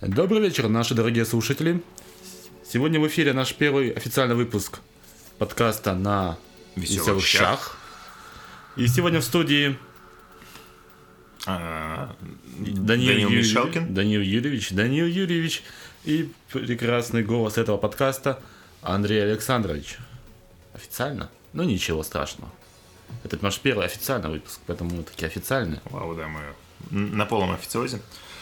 Добрый вечер, наши дорогие слушатели. Сегодня в эфире наш первый официальный выпуск подкаста на Веселых Щах. И сегодня в студии Даниил Юрьевич и прекрасный голос этого подкаста Андрей Александрович. Официально? Ну ничего страшного. Это наш первый официальный выпуск, поэтому мы такие официальные. Вау, да, мы на полном официозе.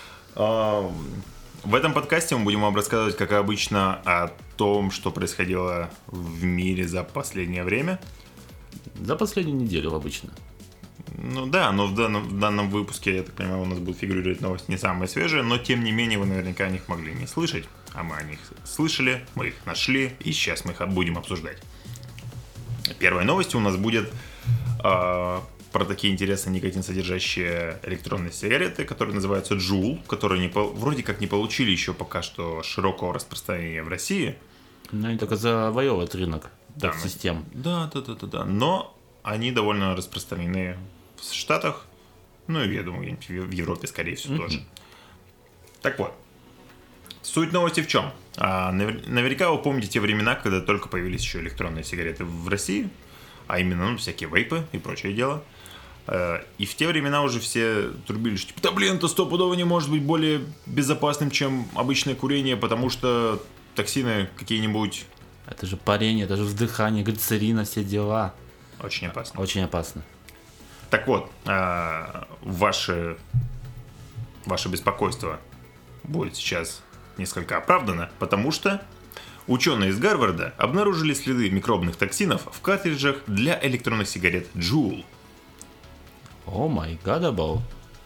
В этом подкасте мы будем вам рассказывать, как обычно, о том, что происходило в мире за последнее время. За последнюю неделю обычно. Ну да, но в данном выпуске, я так понимаю, у нас будут фигурировать новости не самые свежие, но тем не менее вы наверняка о них могли не слышать, а мы о них слышали, мы их нашли, и сейчас мы их будем обсуждать. Первая новость у нас будет про такие интересные никотин-содержащие электронные сигареты, которые называются Juul, которые вроде как не получили еще пока что широкого распространения в России. Но они только завоевывают рынок систем. Да. Но они довольно распространены в Штатах, ну и, я думаю, в Европе, скорее всего, тоже. Так вот, суть новости в чем? Наверняка вы помните те времена, когда только появились еще электронные сигареты в России, а именно всякие вейпы и прочее дело. И в те времена уже все трубили, что типа, да блин, это стопудово не может быть более безопасным, чем обычное курение, потому что токсины какие-нибудь... Это же парение, это же вдыхание глицерина, все дела. Очень опасно. Очень опасно. Так вот, ваше беспокойство будет сейчас несколько оправдано, потому что ученые из Гарварда обнаружили следы микробных токсинов в картриджах для электронных сигарет Juul. О май гадабл.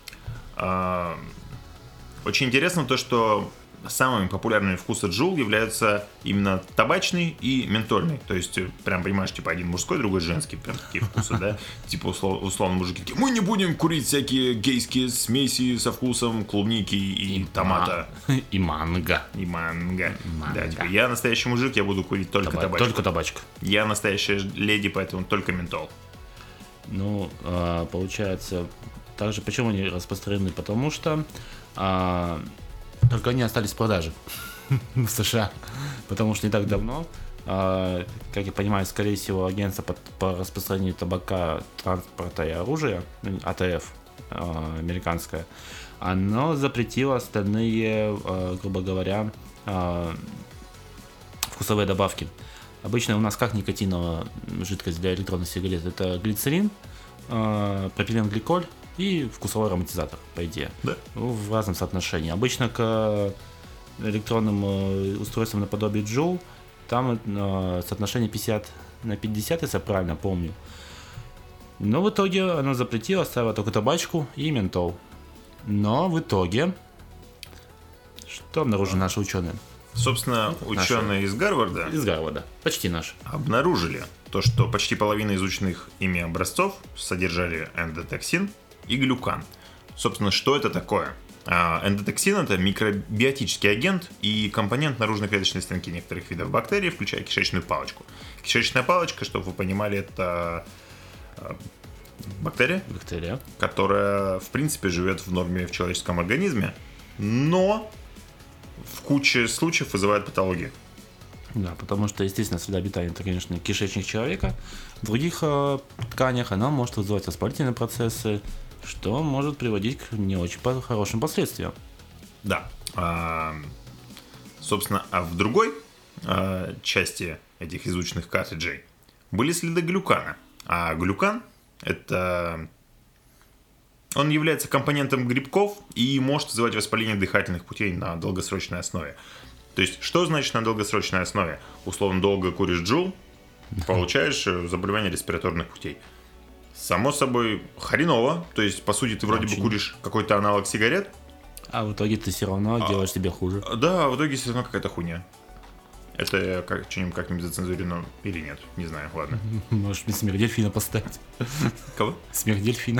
Очень интересно то, что самыми популярными вкусы Juul являются именно табачный и ментольный. То есть, прям понимаешь, типа один мужской, другой женский. Прям такие вкусы, да? Типа условно мужики такие, мы не будем курить всякие гейские смеси со вкусом клубники и томата. И манго. Да, типа я настоящий мужик, я буду курить только табачку. Только табачку. Я настоящая леди, поэтому только ментол. Ну, получается, также почему они распространены? Потому что только они остались в продаже в США. Потому что не так давно, как я понимаю, скорее всего, агентство по распространению табака, транспорта и оружия, АТФ, американское, оно запретило остальные, грубо говоря, вкусовые добавки. Обычно у нас как никотиновая жидкость для электронных сигарет? Это глицерин, пропиленгликоль и вкусовой ароматизатор, по идее. Да. В разном соотношении. Обычно к электронным устройствам наподобие Juul там соотношение 50/50, если я правильно помню. Но в итоге оно запретило, оставило только табачку и ментол. Но в итоге что обнаружили наши ученые? Собственно, ученые из Гарварда почти наши, обнаружили то, что почти половина изученных ими образцов содержали эндотоксин и глюкан. Собственно, что это такое? Эндотоксин – это микробиотический агент и компонент наружно-клеточной стенки некоторых видов бактерий, включая кишечную палочку. Кишечная палочка, чтобы вы понимали, это бактерия, которая, в принципе, живет в норме в человеческом организме, но в куче случаев вызывает патологию. Да, потому что, естественно, среда обитания это, конечно, кишечник человека. В других тканях она может вызывать воспалительные процессы, что может приводить к не очень хорошим последствиям. Да. Собственно, в другой части этих изученных картриджей были следы глюкана. А глюкан это... Он является компонентом грибков и может вызывать воспаление дыхательных путей на долгосрочной основе. То есть, что значит на долгосрочной основе? Условно, долго куришь Juul, получаешь заболевание респираторных путей. Само собой, хреново. То есть, по сути, ты вроде бы куришь какой-то аналог сигарет. А в итоге ты все равно делаешь себе хуже. Да, в итоге все равно какая-то хуйня. Это я как-нибудь зацензурено или нет? Не знаю, ладно. Можешь мне смерть дельфина поставить. Кого? Смерть дельфина.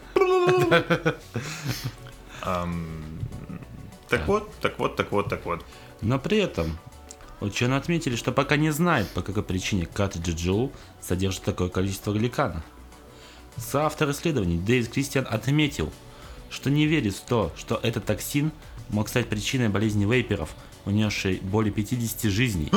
Так вот. Но при этом ученые отметили, что пока не знают, по какой причине картриджи Juul содержат такое количество гликана. Соавтор исследований Дэвид Кристиан отметил, что не верит в то, что этот токсин мог стать причиной болезни вейперов, унесшей более 50 жизней.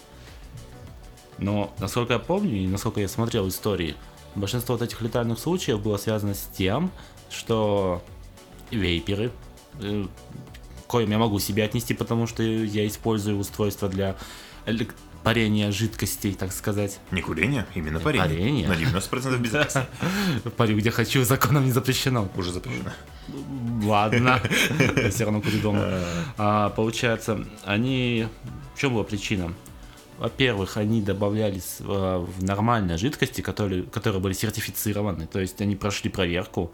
Но, насколько я помню и насколько я смотрел истории, большинство вот этих летальных случаев было связано с тем, что вейперы, к коим я могу себя отнести, потому что я использую устройство для парения жидкостей, так сказать. Не курение, именно парение. Парение. На 90% безопасно. Парю где хочу, законом не запрещено. Уже запрещено. Ладно, я все равно курю дома. Получается, они... В чем была причина? Во-первых, они добавлялись в нормальные жидкости, которые были сертифицированы, то есть они прошли проверку.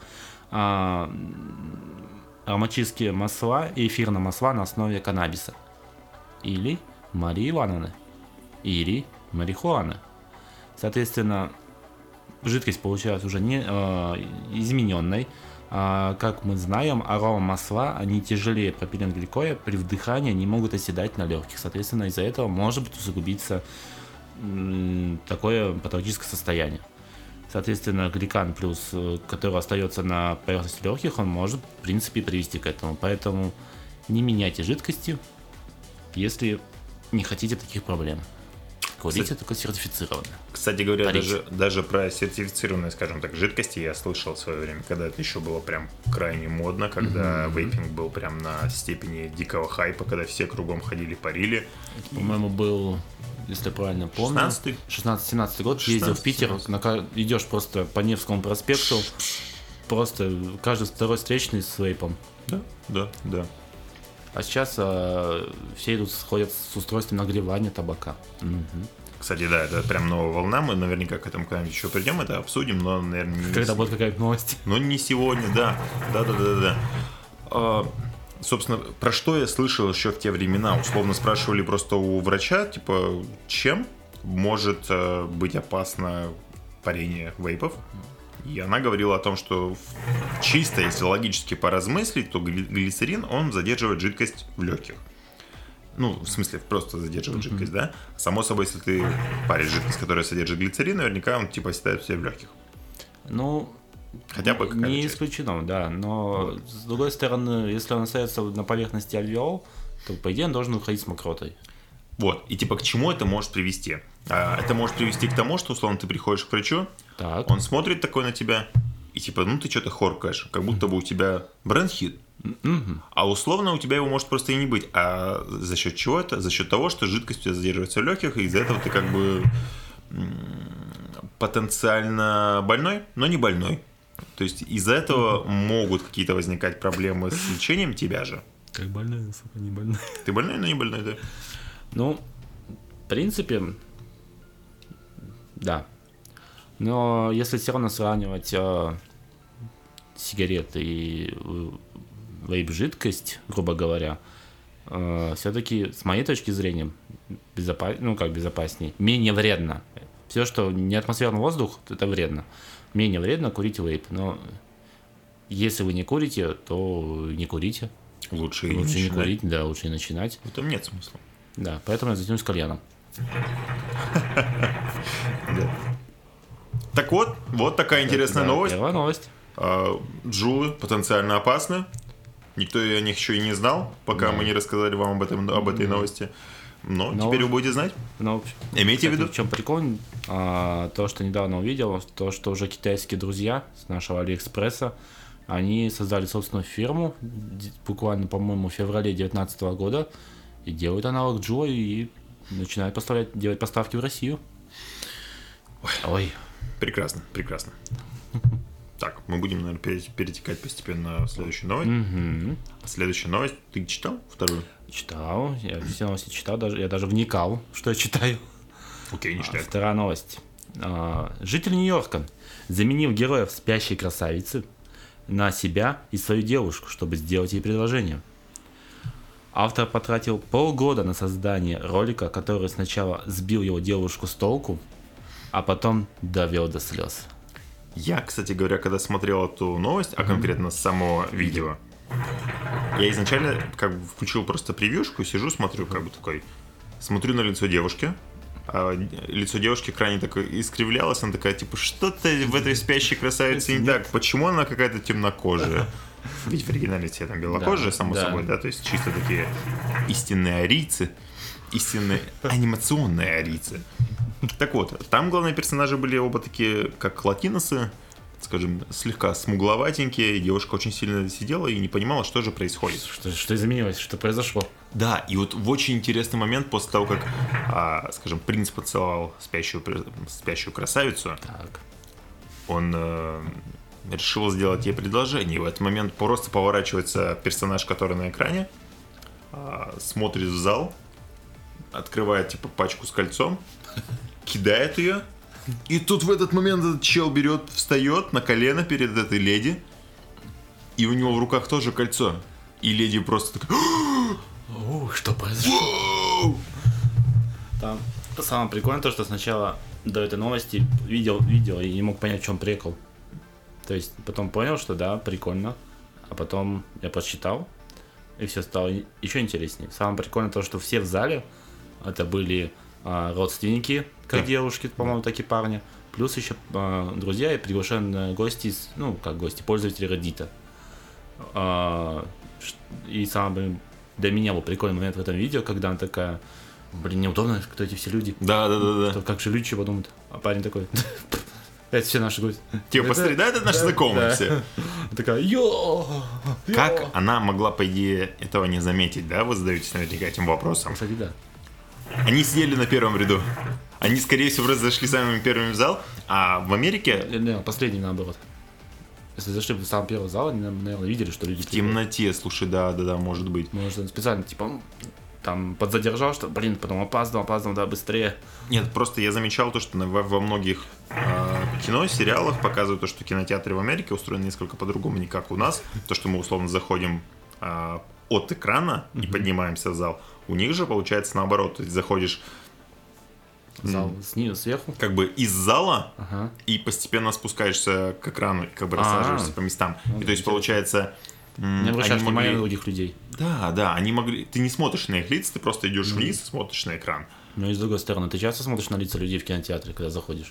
Ароматические масла и эфирные масла на основе каннабиса. Или марихуаны. Или марихуаны. Соответственно, жидкость получается уже не измененной. Как мы знаем, аромамасла, они тяжелее пропиленгликоля, при вдыхании они могут оседать на легких. Соответственно, из-за этого может быть усугубиться такое патологическое состояние. Соответственно, гликан плюс, который остается на поверхности легких, он может, в принципе, привести к этому. Поэтому не меняйте жидкости, если не хотите таких проблем. Курите только сертифицированные. Кстати говоря, даже про сертифицированные, скажем так, жидкости я слышал в свое время, когда это еще было прям крайне модно, когда вейпинг был прям на степени дикого хайпа, когда все кругом ходили, парили. Это, по-моему, был, если я правильно помню, 16-17 год, ездил в Питер, идешь просто по Невскому проспекту, просто каждый второй встречный с вейпом. Да. А сейчас все идут, сходят с устройством нагревания табака. Кстати, да, это прям новая волна, мы наверняка к этому когда-нибудь еще придем, это обсудим, но, наверное, не... Когда будет какая-то новость. Но не сегодня, да. Собственно, про что я слышал еще в те времена? Условно спрашивали просто у врача, типа, чем может быть опасно парение вейпов? И она говорила о том, что чисто, если логически поразмыслить, то глицерин, он задерживает жидкость в легких. Ну, в смысле, просто задерживает жидкость, да? Само собой, если ты паришь жидкость, которая содержит глицерин, наверняка он типа оседает в легких. Ну, хотя бы не исключено, да. Но, с другой стороны, если он остается на поверхности альвеол, то, по идее, он должен уходить с мокротой. Вот, и типа к чему это может привести? Это может привести к тому, что, условно, ты приходишь к врачу, так. Он смотрит такой на тебя, и типа, ну ты что-то хоркаешь, как будто бы у тебя бронхит. А условно у тебя его может просто и не быть. А за счет чего это? За счет того, что жидкость у тебя задерживается в легких, и из-за этого ты как бы потенциально больной, но не больной. То есть из-за этого могут какие-то возникать проблемы с лечением тебя же. Как больной, сука, не больной. Ты больной, но не больной, да? Ну, в принципе, да. Но если все равно сравнивать сигареты и вейп-жидкость, грубо говоря, все-таки, с моей точки зрения, безопаснее, менее вредно. Все, что не атмосферный воздух, это вредно. Менее вредно курить вейп. Но если вы не курите, то не курите. Лучше не курить, да, лучше не начинать. В этом нет смысла. Да, поэтому я затянусь кальяном. Так вот такая интересная новость. Первая новость. Джулы потенциально опасны. Никто о них еще и не знал, пока мы не рассказали вам об этой новости. Но теперь вы будете знать. Имейте в виду. В чем прикол? То, что недавно увидел, то, что уже китайские друзья с нашего Алиэкспресса, они создали собственную фирму, буквально, по-моему, в феврале 2019 года, и делают аналог Джула и начинают делать поставки в Россию. Ой. Прекрасно. Так, мы будем, наверное, перетекать постепенно в следующую новость. Следующая новость. Ты читал вторую? Читал. Я все новости читал. Я даже вникал, что я читаю. Окей, ништяк. Вторая новость. Житель Нью-Йорка заменил героев спящей красавицы на себя и свою девушку, чтобы сделать ей предложение. Автор потратил полгода на создание ролика, который сначала сбил его девушку с толку, а потом довел до слез. Я, кстати говоря, когда смотрел эту новость, а конкретно само видео, я изначально как бы включил просто превьюшку, сижу, смотрю, как бы такой, смотрю на лицо девушки, а лицо девушки крайне такое искривлялось, она такая, типа, что-то в этой спящей красавице не так, почему она какая-то темнокожая? Ведь в оригинале все там белокожие, само собой, да, то есть чисто такие истинные арийцы, истинные анимационные арийцы. Так вот, там главные персонажи были оба такие, как латиносы, скажем, слегка смугловатенькие, и девушка очень сильно сидела и не понимала, что же происходит. Что изменилось, что произошло. Да, и вот в очень интересный момент, после того, как, скажем, принц поцеловал спящую красавицу, Так. он решил сделать ей предложение. И в этот момент просто поворачивается персонаж, который на экране, смотрит в зал, открывает типа пачку с кольцом, кидает ее, и тут в этот момент этот чел берет, встает на колено перед этой леди, и у него в руках тоже кольцо. И леди просто такая... Что произошло? Там самое прикольное то, что сначала до этой новости видел и не мог понять, в чем прикол. То есть потом понял, что да, прикольно, а потом я посчитал, и все стало еще интереснее. Самое прикольное то, что все в зале это были родственники, как девушки, по-моему, так и парни, плюс еще друзья и приглашенные гости, пользователи Reddit. И самый для меня был прикольный момент в этом видео, когда она такая, неудобно, кто эти все люди. Да. Как же люди чего думают? А парень такой, это все наши гости. Типа, посмотри, да, это наши знакомые все. Такая, Как она могла, по идее, этого не заметить, да? Вы задаетесь наверняка этим вопросом. Кстати, да. Они сидели на первом ряду. Они, скорее всего, просто зашли самыми первыми в зал, а в Америке... Не, последний наоборот. Если зашли в самый первый зал, они, наверное, видели, что люди... В темноте, слушай, да, может быть. Может, он специально, типа, там, подзадержал, что, потом опаздывал, да, быстрее. Нет, просто я замечал то, что во многих кино, сериалах показывают то, что кинотеатры в Америке устроены несколько по-другому, не как у нас. То, что мы, условно, заходим от экрана и поднимаемся в зал. У них же получается наоборот. То есть заходишь... Зал сверху? Как бы из зала и постепенно спускаешься к экрану, как бы рассаживаешься по местам. И то есть получается... Не обращаешь внимания на других людей. Да, они могли... Ты не смотришь на их лица, ты просто идешь вниз и смотришь на экран. Ну и с другой стороны, ты часто смотришь на лица людей в кинотеатре, когда заходишь?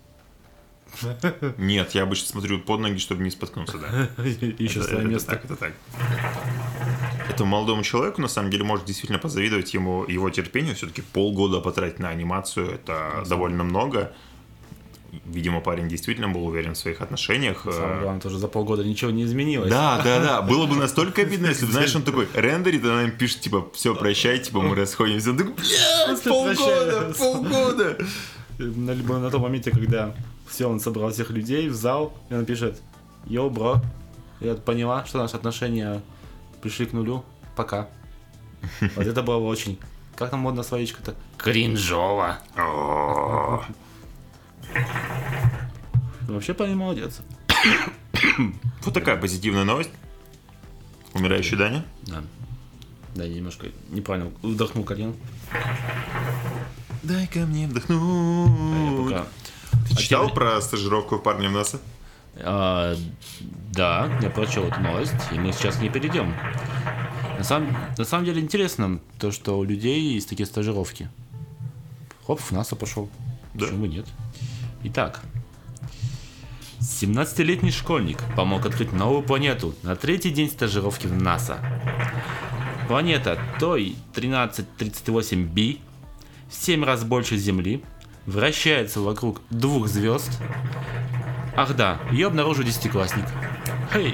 Нет, я обычно смотрю под ноги, чтобы не споткнуться, да. Еще свое место. Это так. Этому молодому человеку, на самом деле, может действительно позавидовать его терпению. Все-таки полгода потратить на анимацию, это довольно много. Видимо, парень действительно был уверен в своих отношениях. Самое главное, тоже за полгода ничего не изменилось. Да. Было бы настолько обидно, если бы, знаешь, он такой рендерит, и она им пишет, типа, все, прощай, типа, мы расходимся. Он такой, полгода. На том моменте, когда все, он собрал всех людей в зал, и он пишет: «Йоу, бро, я поняла, что наши отношения пришли к нулю. Пока». Вот это было очень... Как там модно словечко-то? Кринжово. Вообще парень молодец. Вот такая позитивная новость. Умирающий Даня. Да, я немножко неправильно вдохнул колен. Дай-ка мне вдохнуть. Ты читал про стажировку в парня в НАСА? Да, я прочел эту новость, и мы сейчас к ней перейдем. На самом деле интересно то, что у людей есть такие стажировки. Хоп, в НАСА пошел. Да? Почему бы нет? Итак, 17-летний школьник помог открыть новую планету на третий день стажировки в НАСА. Планета Той 1338b в 7 раз больше Земли, вращается вокруг 2 звезд. Ах да, ее обнаружил 10-классник. Хей!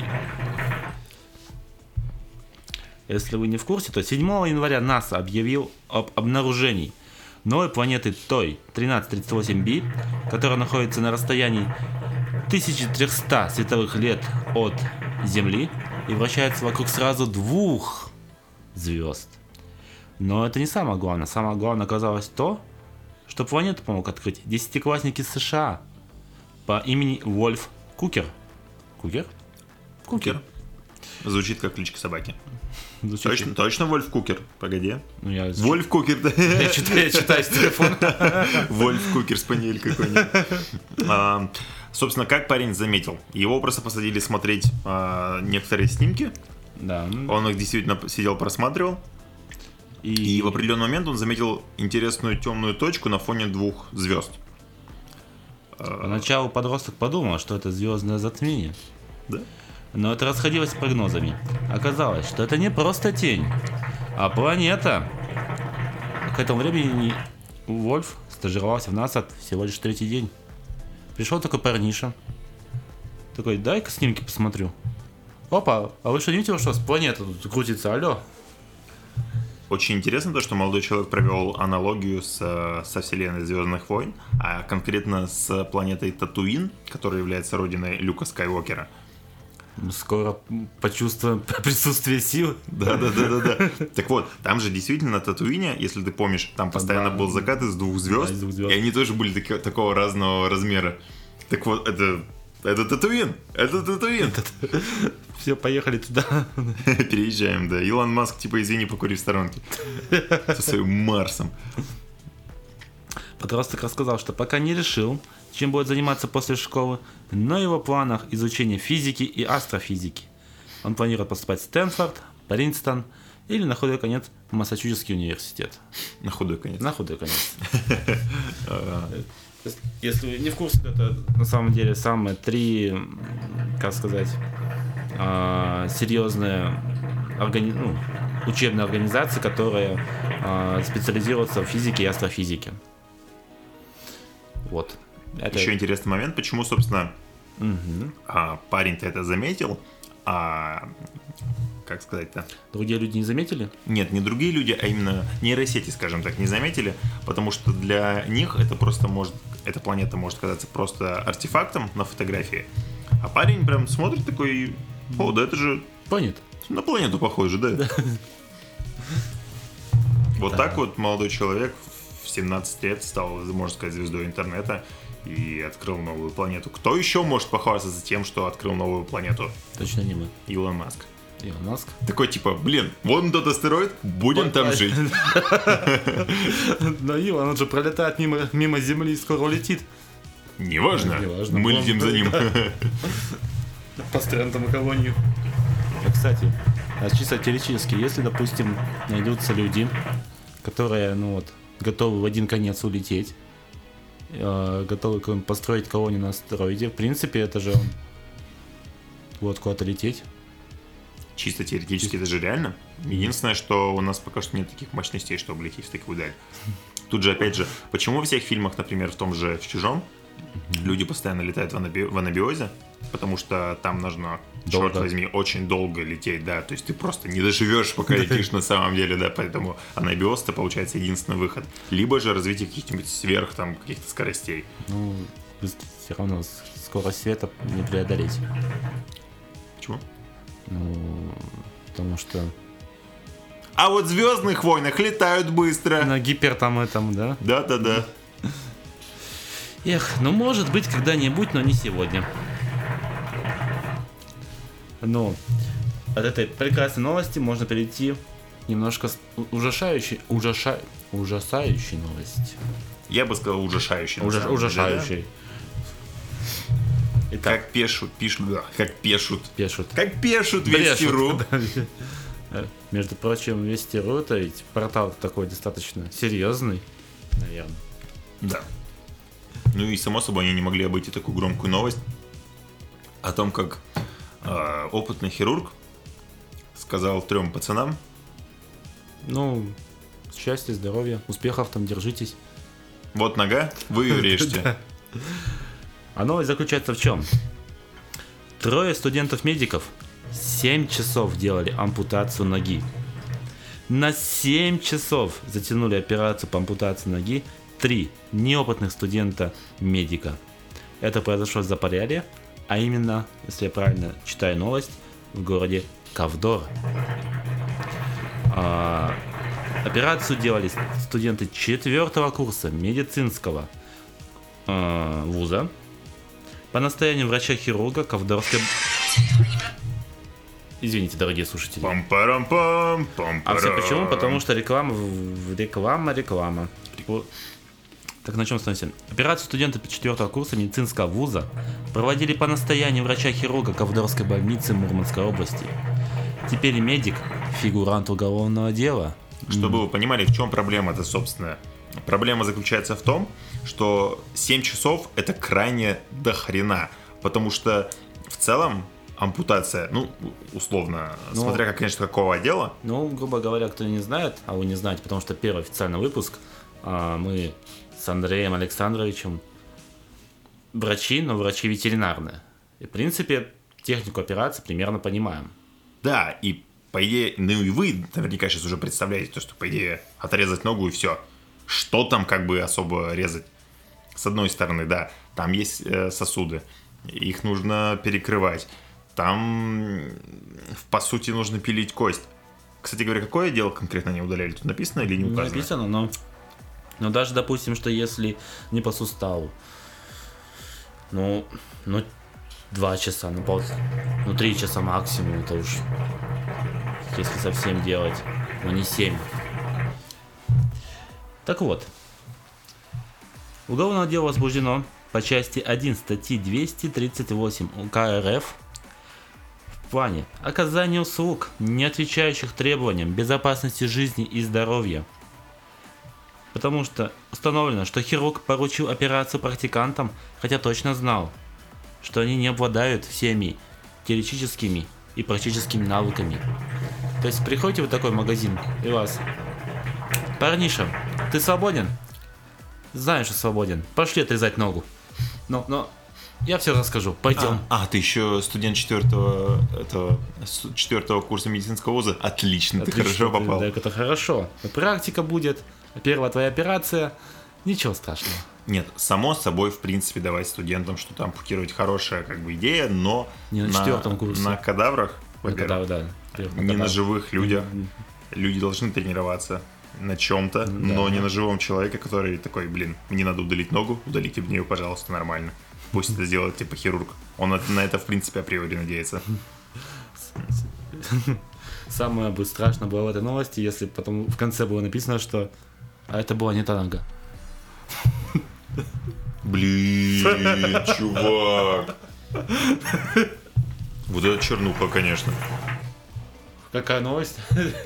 Если вы не в курсе, то 7 января НАСА объявил об обнаружении новой планеты Той 1338b, которая находится на расстоянии 1300 световых лет от Земли и вращается вокруг сразу 2 звезд. Но это не самое главное. Самое главное оказалось то, что планету помог открыть 10-классник из США по имени Вольф Кукер. Кукер. Звучит как кличка собаки. Точно Вольф Кукер. Погоди. Вольф Кукер. Я читаю с телефона. Вольф Кукер спаниель какой-нибудь. Собственно, как парень заметил, его просто посадили смотреть некоторые снимки. Да. Он их действительно сидел, просматривал. И в определенный момент он заметил интересную темную точку на фоне 2 звезд. Поначалу подросток подумал, что это звездное затмение. Да? но это расходилось с прогнозами. Оказалось, что это не просто тень, а планета. К этому времени Вольф стажировался в НАСА всего лишь 3-й день. Пришел такой парниша. Такой, дай-ка снимки посмотрю. Опа, а вы что не видите, что планета тут крутится, алло? Очень интересно то, что молодой человек провел аналогию со вселенной Звездных войн, а конкретно с планетой Татуин, которая является родиной Люка Скайуокера. Скоро почувствуем присутствие сил. Да. Так вот, там же действительно на Татуине, если ты помнишь, там постоянно был закат из 2 звезд, из 2 звезд. И они тоже были такого разного размера. Так вот, это Татуин! Это Татуин! Все, поехали туда. Переезжаем, да. Илон Маск, типа, извини, покури в сторонке. Со своим Марсом. Подросток рассказал, что пока не решил, чем будет заниматься после школы, но в его планах изучение физики и астрофизики. Он планирует поступать в Стэнфорд, Принстон или, на худой конец, в Массачусетский университет. На худой конец. На худой конец. Если вы не в курсе, это на самом деле самые 3, как сказать, серьезные учебные организации, которые специализируются в физике и астрофизике. Вот. Это... Еще интересный момент, почему, собственно, парень-то это заметил, а как сказать-то? Другие люди не заметили? Нет, не другие люди, а именно нейросети, скажем так, не заметили, потому что для них это просто эта планета может казаться просто артефактом на фотографии, а парень прям смотрит такой, о, да это же планета. На планету похоже, да? Вот так вот молодой человек в 17 лет стал, можно сказать, звездой интернета и открыл новую планету. Кто еще может похвастаться тем, что открыл новую планету? Точно не мы. Илон Маск. Илон Маск? Такой типа, блин, вон тот астероид, будем там жить. Но Илон, он же пролетает мимо Земли и скоро улетит. Неважно, мы летим за ним. Построим там колонию. Кстати, чисто теоретически, если, допустим, найдутся люди, которые, готовы в один конец улететь, готовы построить колонию на астероиде, в принципе, это же вот куда-то лететь. Чисто теоретически это же реально. Единственное, что у нас пока что нет таких мощностей, чтобы лететь в такую даль. Тут же, опять же, почему во всех фильмах, например, в том же «В чужом», люди постоянно летают в анабиозе, потому что там нужно, черт возьми, очень долго лететь, да, то есть ты просто не доживешь, пока летишь на самом деле, да, поэтому анабиоз это получается единственный выход. Либо же развитие каких-нибудь каких-то скоростей. Все равно скорость света не преодолеть. Почему? Потому что... А вот в «Звездных войнах» летают быстро. На гипер там, да? Да. Эх, может быть когда-нибудь, но не сегодня. Но от этой прекрасной новости можно перейти немножко с ужасающей новости. Я бы сказал ужасающей. Ужасающей. Итак, как пишут Вести.ру. Между прочим, Вести.ру это ведь портал такой достаточно серьезный, наверное. Да. Ну и само собой они не могли обойти такую громкую новость о том, как опытный хирург сказал 3 пацанам: счастья, здоровья, успехов там, держитесь. Вот нога, вы ее режете. А новость заключается в чем? 3 студентов-медиков 7 часов делали ампутацию ноги. На 7 часов затянули операцию по ампутации ноги 3 неопытных студента-медика. Это произошло в Заполярье, а именно, если я правильно читаю новость, в городе Ковдор. Операцию делали студенты 4-го курса медицинского вуза по настоянию врача-хирурга Ковдорской... Извините, дорогие слушатели. Пам-парам-пам, пам-парам. А все почему? Потому что реклама. Так, на чем остановимся? Операцию студенты 4-го курса медицинского вуза проводили по настоянию врача-хирурга Ковдорской больницы Мурманской области. Теперь медик – фигурант уголовного дела. Чтобы вы понимали, в чем проблема-то, собственно. Проблема заключается в том, что 7 часов – это крайне дохрена. Потому что в целом ампутация, ну, условно, Ну, смотря, конечно, какого отдела. Ну, грубо говоря, кто не знает, а вы не знаете, потому что первый официальный выпуск, мы с Андреем Александровичем врачи, но врачи ветеринарные. И, в принципе, технику операции примерно понимаем. Да, и по идее, ну и вы наверняка сейчас уже представляете, то, что по идее отрезать ногу и все. Что там как бы особо резать? С одной стороны, да, там есть сосуды, их нужно перекрывать. Там, по сути, нужно пилить кость. Кстати говоря, какое отдел конкретно они удаляли? Тут написано или не Не указано? написано, но даже, допустим, что если не по суставу, ну 2 часа, 3 часа максимум, это уж если совсем делать, но не 7. Так вот, уголовное дело возбуждено по части 1 статьи 238 УК РФ в плане оказания услуг, не отвечающих требованиям безопасности жизни и здоровья. Потому что установлено, что хирург поручил операцию практикантам, хотя точно знал, что они не обладают всеми теоретическими и практическими навыками. То есть приходите в такой магазин и вас: парниша, ты свободен? Знаешь, что свободен. Пошли отрезать ногу. Но я все расскажу. Пойдем. Ты еще студент 4-го курса медицинского вуза? Отлично, ты хорошо попал. Да, это хорошо. Практика будет. Первая твоя операция. Ничего страшного. Нет, само собой, в принципе, давать студентам что-то ампутировать хорошая как бы идея, но не на 4-м курсе. На кадаврах, во-первых, да, не на живых людях. Люди должны тренироваться на чем-то, но не на живом человеке, который такой: блин, мне надо удалить ногу, удалите мне ее, пожалуйста, нормально. Пусть это сделает типа хирург. Он на это, в принципе, априори надеется. Самое бы страшно было в этой новости, если потом в конце было написано, что это была не та нога. Блин, чувак. Вот это чернуха, конечно. Какая новость?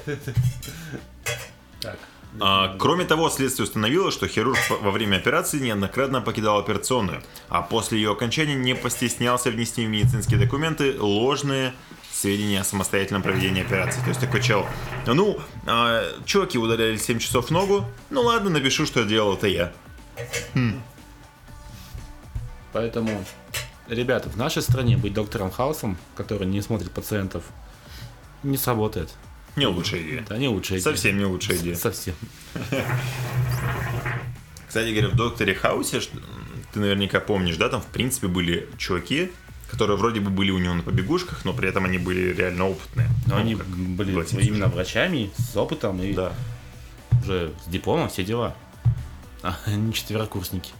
Так. Кроме того, следствие установило, что хирург во время операции неоднократно покидал операционную, а после ее окончания не постеснялся внести в медицинские документы ложные сведения о самостоятельном проведении операции. То есть такой чел: чуваки удаляли 7 часов ногу, ну ладно, напишу, что делал это я. Поэтому, ребята, в нашей стране быть доктором Хаусом, который не смотрит пациентов, не сработает. Не лучшая идея. Да, не лучшая идея. Совсем не лучшая идея. Совсем. Кстати говоря, в Докторе Хаусе, ты наверняка помнишь, да, там в принципе были чуваки, которые вроде бы были у него на побегушках, но при этом они были реально опытные. Но они были именно врачами, с опытом и уже с дипломом, все дела. А не 4-курсники.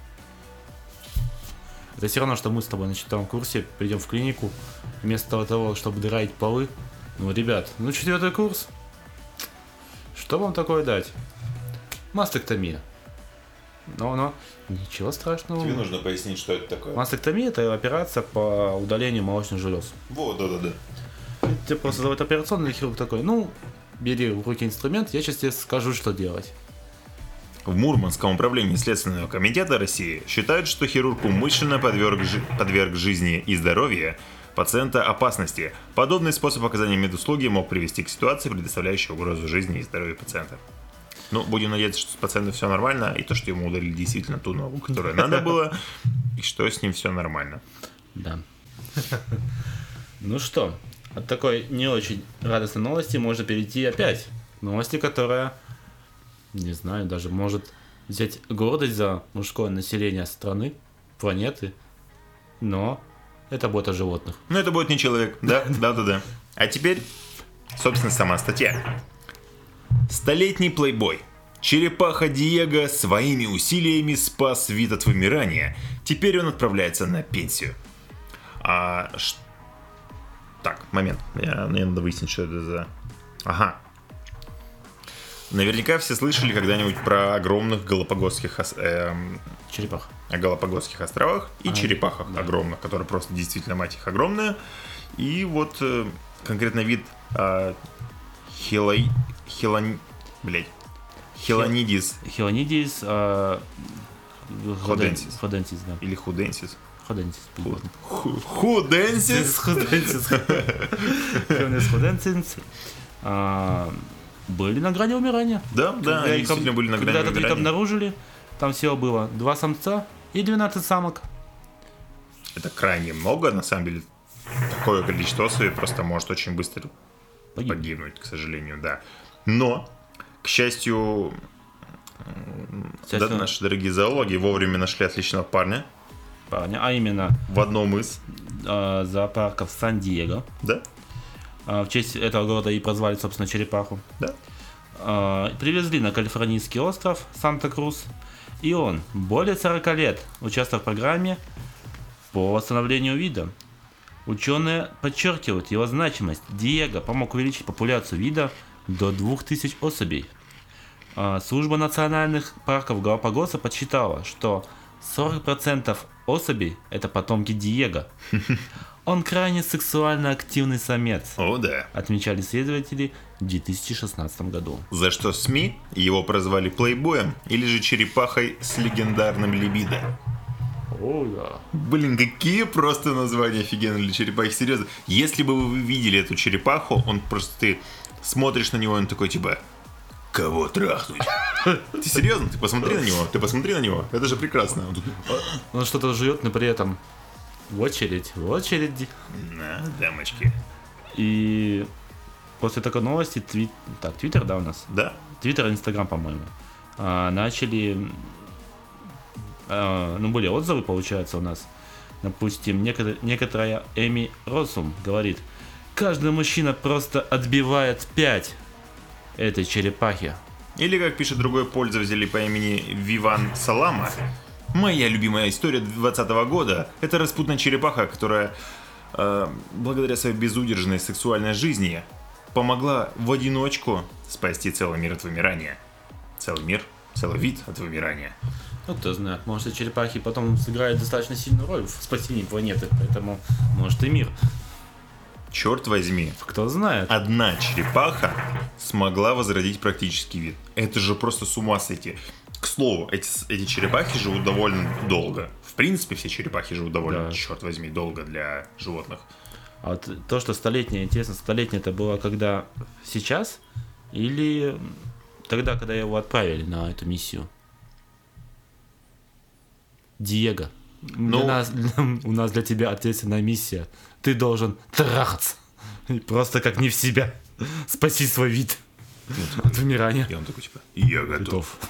Это все равно, что мы с тобой на 4-м курсе придем в клинику, вместо того, чтобы драить полы. Ну, ребят, 4-й курс. Что вам такое дать? Мастектомия. Но ничего страшного. Тебе нужно пояснить, что это такое. Мастектомия — это операция по удалению молочных желез. Вот, да. Тебе просто зовут операционный хирург такой: бери в руки инструмент, я сейчас тебе скажу, что делать. В Мурманском управлении Следственного комитета России считают, что хирург умышленно подверг жизни и здоровью пациента опасности. Подобный способ оказания медуслуги мог привести к ситуации, предоставляющей угрозу жизни и здоровью пациента. Будем надеяться, что с пациентом все нормально, и то, что ему удалили действительно ту ногу, которую надо было, и что с ним все нормально. Да. Ну что, от такой не очень радостной новости можно перейти опять к новости, которая, не знаю, даже может взять гордость за мужское население страны, планеты, но это будет о животных. Это будет не человек, да. А теперь, собственно, сама статья. Столетний плейбой. Черепаха Диего своими усилиями спас вид от вымирания. Теперь он отправляется на пенсию. Так, момент. Мне надо выяснить, что это за... Ага. Наверняка все слышали когда-нибудь про огромных галапагосских черепах. О Галапагосских островах и черепахах огромных, которые просто действительно, мать их, огромные. И вот конкретно вид Хеланидис. Хеланидис Ходенсис. Ходенсис, да. Или Худенсис. Ходенсис. Худенсис? Худенсис. Были на грани умирания. Да, они действительно были на грани умирания. Когда этот вид умирания. обнаружили, там всего было 2 самца и 12 самок. Это крайне много, на самом деле. Такое количество особей просто может очень быстро погибнуть, к сожалению, да. Но, к счастью, наши дорогие зоологи вовремя нашли отличного парня. А именно в одном из зоопарков Сан-Диего. Да. В честь этого города и прозвали, собственно, черепаху. Да. Привезли на калифорнийский остров Санта-Крус. И он более 40 лет участвовал в программе по восстановлению вида. Ученые подчеркивают его значимость. Диего помог увеличить популяцию вида до 2000 особей. Служба национальных парков Галапагоса подсчитала, что 40% особей – это потомки Диего. Он крайне сексуально активный самец. О, да. Отмечали исследователи в 2016 году. За что СМИ его прозвали плейбоем или же черепахой с легендарным либидо. О, да. Блин, какие просто названия офигенные для черепахи, серьезно. Если бы вы видели эту черепаху, он просто, ты смотришь на него, он такой типа, кого трахнуть? Ты серьезно? Ты посмотри на него, это же прекрасно. Он что-то жует, но при этом в очередь. На, дамочки. И после такой новости, Твиттер, да, у нас? Да. Твиттер и Инстаграм, по-моему, начали, были отзывы, получается, у нас. Допустим, некоторая Эми Росум говорит, каждый мужчина просто отбивает 5 этой черепахи. Или, как пишет другой пользователь по имени Виван Салама, моя любимая история 2020 года – это распутная черепаха, которая, благодаря своей безудержной сексуальной жизни, помогла в одиночку спасти целый мир от вымирания. Целый мир, целый вид от вымирания. Ну, кто знает, может, и черепахи потом сыграют достаточно сильную роль в спасении планеты, поэтому, может, и мир. Черт возьми. Кто знает. Одна черепаха смогла возродить практический вид. Это же просто с ума сойти. К слову, эти черепахи живут довольно долго. В принципе, все черепахи живут довольно, черт возьми, долго для животных. А вот то, что столетнее, интересно, столетнее это было когда сейчас или тогда, когда его отправили на эту миссию? Диего, у нас для тебя ответственная миссия. Ты должен трахаться. И просто как не в себя. Спаси свой вид от вымирания. И он такой типа, я готов.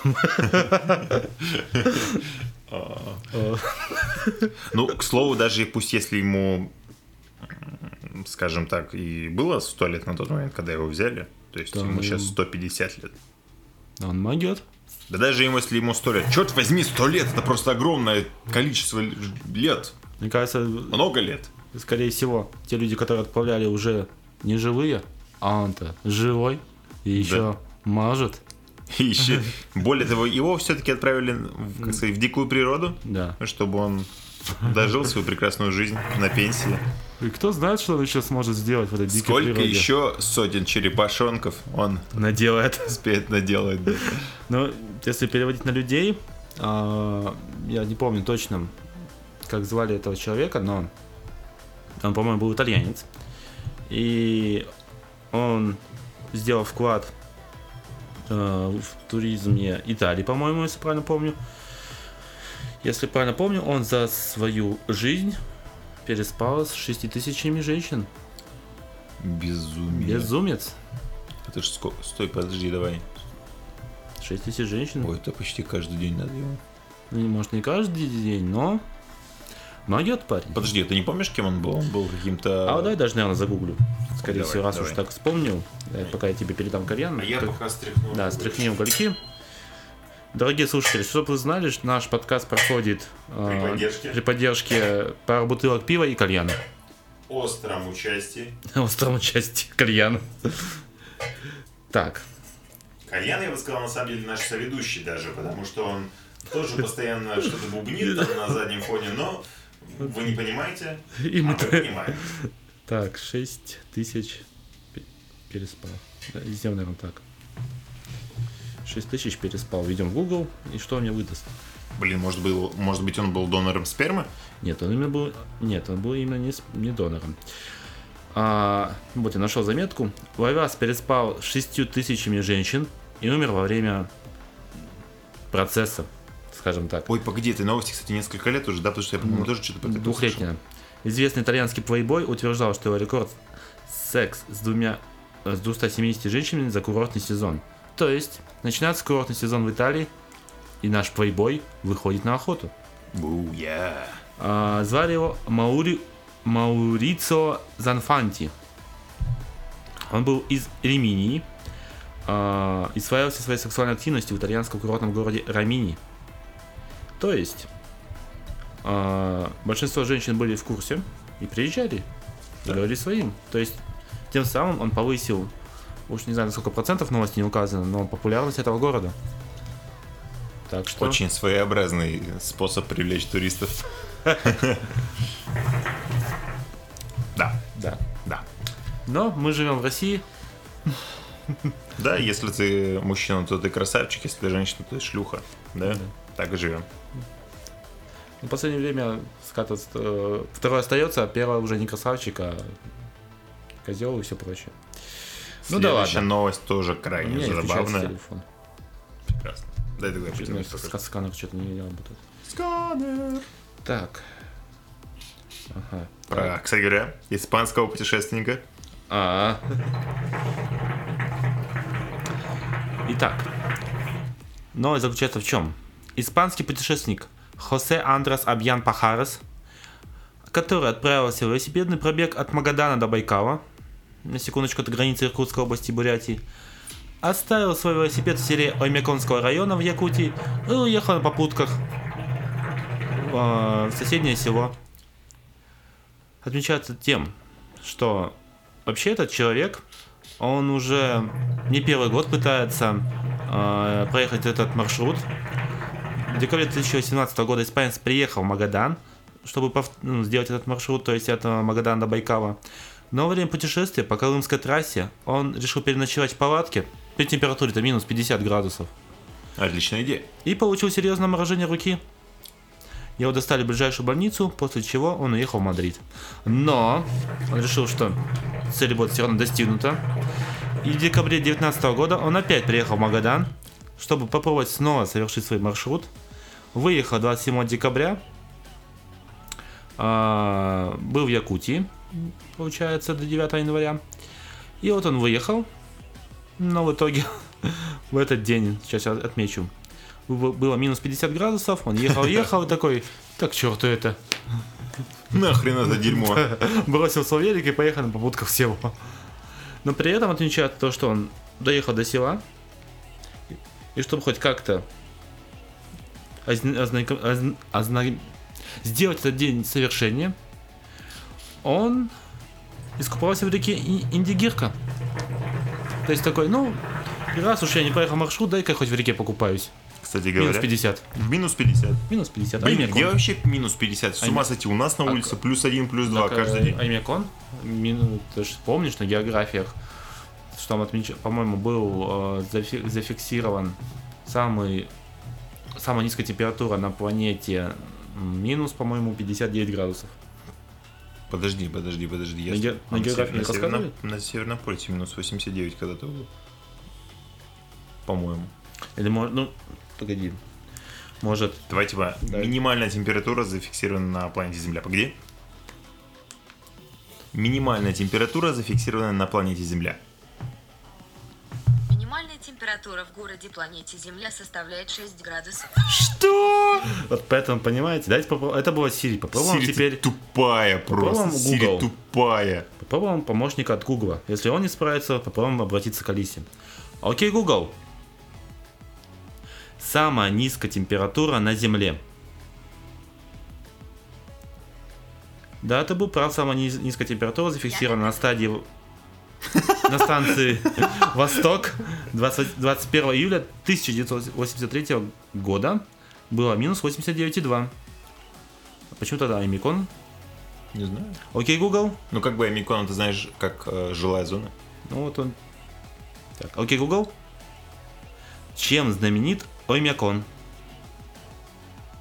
Ну, к слову, даже пусть если ему, скажем так, и было 100 лет на тот момент, когда его взяли, то есть ему сейчас 150 лет. Он могет. Да даже если ему 100 лет. Черт возьми, 100 лет, это просто огромное количество лет. Мне кажется, много лет. Скорее всего, те люди, которые отправляли, уже не живые, а он-то живой и еще мажет. И еще, более того, его все-таки отправили, как сказать, в дикую природу, чтобы он дожил свою прекрасную жизнь на пенсии. И кто знает, что он еще сможет сделать в этой дикой природе. Сколько еще сотен черепашонков он успеет наделать. Да. Ну, если переводить на людей, я не помню точно, как звали этого человека, но он, по-моему, был итальянец. И он сделал вклад в туризме Италии, по-моему, если правильно помню. Если правильно помню, он за свою жизнь переспал с 6000 женщин. Безумец. Это ж сколько? Стой, подожди, давай. 6000 женщин. Ой, это почти каждый день надо его. Ну, может, не каждый день, но могет парень. Подожди, ты не помнишь, кем он был? Он был каким-то... давай даже, наверное, загуглю. Скорее всего, раз уж так вспомнил, пока я тебе передам кальян. Я пока стряхну. Да, стряхни угольки. Дорогие слушатели, чтобы вы знали, что наш подкаст проходит при поддержке пары бутылок пива и кальяна. Остром участии кальяна. Так. Кальян, я бы сказал, на самом деле, наш соведущий даже, потому что он тоже постоянно что-то бубнит там на заднем фоне, но вы не понимаете, и мы понимаем. Так, 6000 переспал. Да, сделаем, наверное, так. 6000 переспал. Введем в Google, и что он мне выдаст? Блин, может быть, он был донором спермы? Нет, он был именно не донором. Вот я нашел заметку. Лавиас переспал с 6000 женщин и умер во время процесса, скажем так. Ой, погоди, этой новости, кстати, несколько лет уже, да? Потому что я, по-моему, тоже что-то про это Двухлетняя. Известный итальянский плейбой утверждал, что его рекорд секс с 270 женщинами за курортный сезон. То есть, начинается курортный сезон в Италии, и наш плейбой выходит на охоту. Звали его Маурицио Занфанти. Он был из Римини и славился своей сексуальной активностью в итальянском курортном городе Римини. То есть, большинство женщин были в курсе и приезжали, и говорили своим. То есть, тем самым он повысил, уж не знаю, на сколько процентов, новости не указано, но популярность этого города. Так что... Очень своеобразный способ привлечь туристов. Да. Но мы живем в России. Да, если ты мужчина, то ты красавчик, если ты женщина, то ты шлюха. Да? Так и живем. В последнее время скатывается, второй остается, а первый уже не красавчик, а козел и все прочее. Ну да ладно. Следующая новость тоже крайне забавная. Телефон. Прекрасно. Дай тогда Сканер что-то не работает. Сканер. Так. Ага. Про, кстати говоря, испанского путешественника. Итак, новость заключается в чем? Испанский путешественник Хосе Андрес Абьян Пахарес, который отправился в велосипедный пробег от Магадана до Байкала, на секундочку, от границы Иркутской области и Бурятии, оставил свой велосипед в селе Оймяконского района в Якутии и уехал на попутках в соседнее село. Отмечается тем, что вообще этот человек, он уже не первый год пытается проехать этот маршрут. В декабре 2018 года испанец приехал в Магадан, чтобы сделать этот маршрут, то есть от Магадана до Байкала. Но во время путешествия по Колымской трассе он решил переночевать в палатке при температуре минус 50 градусов. Отличная идея. И получил серьезное морожение руки. Его доставили в ближайшую больницу, после чего он уехал в Мадрид. Но он решил, что цель будет все равно достигнута. И в декабре 2019 года он опять приехал в Магадан, чтобы попробовать снова совершить свой маршрут. Выехал 27 декабря. Был в Якутии, получается, до 9 января. И вот он выехал. Но в итоге в этот день, сейчас я отмечу, было минус 50 градусов, он ехал и такой, так черту это. Нахрен это дерьмо. Бросил свой велик и поехал на попутках в село. Но при этом отмечает то, что он доехал до села, и чтобы хоть как-то сделать этот день совершения, он искупался в реке Индигирка. То есть такой, раз уж я не поехал маршрут, дай-ка хоть в реке покупаюсь. Кстати говоря. Минус 50. Минус 50. Минус 50. Блин, где вообще минус 50? С ума сойти, у нас на улице плюс 1, плюс 2 каждый день. Аймекон, ты же помнишь на географиях, что там, по-моему, был зафиксирован самая низкая температура на планете, минус, по-моему, 59 градусов. Подожди. На географии не рассказывали? На Северном полюсе минус 89 когда-то было. По-моему. Или может, погоди. Может. Давай, минимальная температура зафиксирована на планете Земля. Погоди. Минимальная температура зафиксирована на планете Земля. Минимальная температура в городе планете Земля составляет 6 градусов. Что? Вот поэтому, понимаете, давайте попробуем. Это было Siri. Попробуем Siri теперь. Тупая просто. Siri тупая. Попробуем помощника от Google. Если он не справится, попробуем обратиться к Алисе. Окей, Google. Самая низкая температура на Земле. Да, ты был прав, самая низкая температура зафиксирована на станции Восток 21 июля 1983 года было минус 89,2. Почему тогда Аймикон? Не знаю. Окей, Google. Как бы Аймикон, ты знаешь, как жилая зона. Вот он. Так, окей, Google. Чем знаменит Оймякон?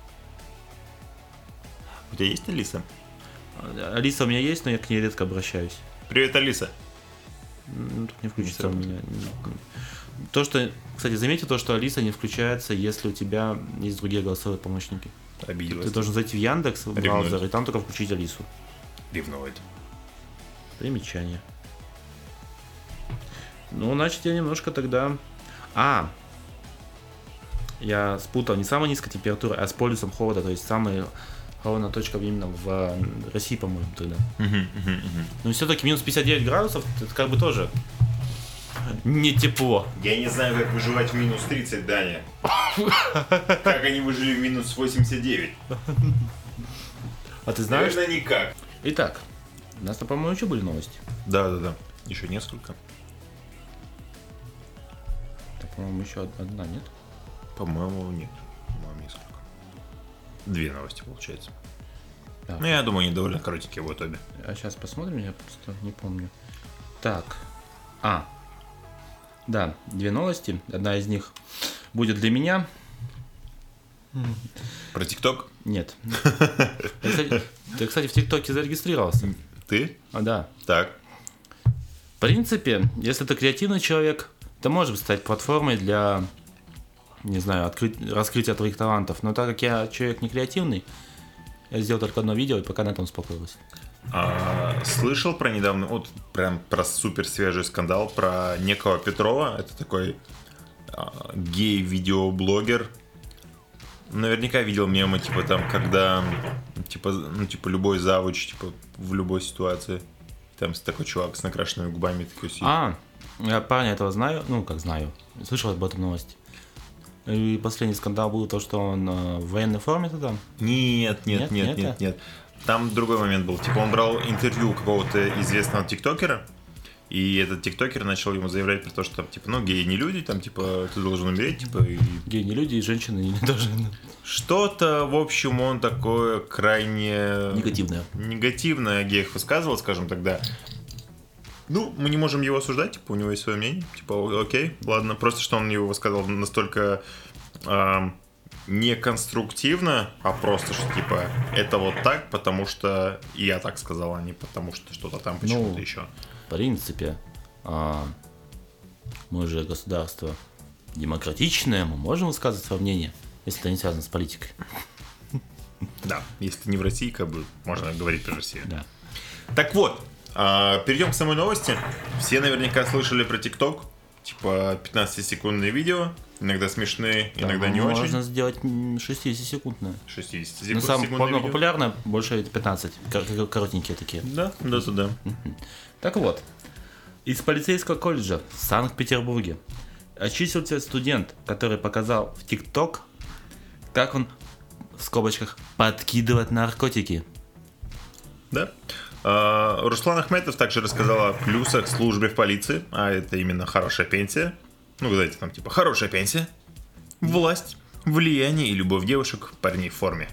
У тебя есть Алиса? Алиса у меня есть, но я к ней редко обращаюсь. Привет, Алиса. Тут не включится у меня. То, что, кстати, заметьте то, что Алиса не включается, если у тебя есть другие голосовые помощники. Обиделась. Ты должен зайти в Яндекс, в браузер, и там только включить Алису. Ревнует. Примечание. Ну, значит, я немножко тогда... Я спутал не самая низкая температура, а с полюсом холода, то есть самая холодная точка именно в России, по-моему, тогда. Но все-таки минус 59 градусов, это как бы тоже не тепло. Я не знаю, как выживать в минус 30, Даня. Как они выжили в минус 89? А ты знаешь? Наверное, никак. Итак, у нас, по-моему, еще были новости. Да. Еще несколько. Так, по-моему, еще одна, нет? По-моему, нет. По-моему, несколько. 2 новости, получается. Да. Ну, я думаю, они довольно коротенькие в обе. А сейчас посмотрим, я просто не помню. Так. Да, 2 новости. Одна из них будет для меня. Про ТикТок? Нет. Ты, кстати, в ТикТоке зарегистрировался. Ты? Да. Так. В принципе, если ты креативный человек, то может стать платформой для, не знаю, раскрытия твоих талантов. Но так как я человек не креативный, я сделал только одно видео и пока на этом успокоился. Слышал про недавно, вот прям про супер свежий скандал про некого Петрова. Это такой гей-видеоблогер. Наверняка видел мемы, типа там, когда типа любой завуч, типа в любой ситуации. Там такой чувак с накрашенными губами такой сидит. Я парня этого знаю, ну как знаю, слышал об этом новости. И последний скандал был то, что он в военной форме тогда. Нет. Там другой момент был. Типа он брал интервью какого-то известного тиктокера, и этот тиктокер начал ему заявлять про то, что там, типа, геи не люди, там, типа, ты должен умереть, типа, и... Геи не люди, и женщины не должны. Что-то, в общем, он такое крайне... Негативное о геях высказывал, скажем тогда. Ну, мы не можем его осуждать, типа, у него есть свое мнение, типа, окей, ладно. Просто, что он его высказал настолько не конструктивно, а просто, что, типа, это вот так, потому что я так сказал, а не потому что что-то там почему-то еще. В принципе, мы же государство демократичное, мы можем высказывать свое мнение, если это не связано с политикой. Да, если не в России, как бы, можно говорить про Россию. Да. Так вот, перейдем к самой новости. Все наверняка слышали про ТикТок. Типа 15-секундные видео. Иногда смешные, иногда не очень. Можно сделать 60-секундное. 60-секундные Но самое видео. популярное больше 15. Коротенькие такие. Да. Так вот. Из полицейского колледжа в Санкт-Петербурге очистился студент, который показал в ТикТок, как он, в скобочках, подкидывает наркотики. Да. Руслан Ахметов также рассказал о плюсах службы в полиции, а это именно хорошая пенсия. Ну, знаете, там типа хорошая пенсия, власть, влияние и любовь девушек, парней в форме.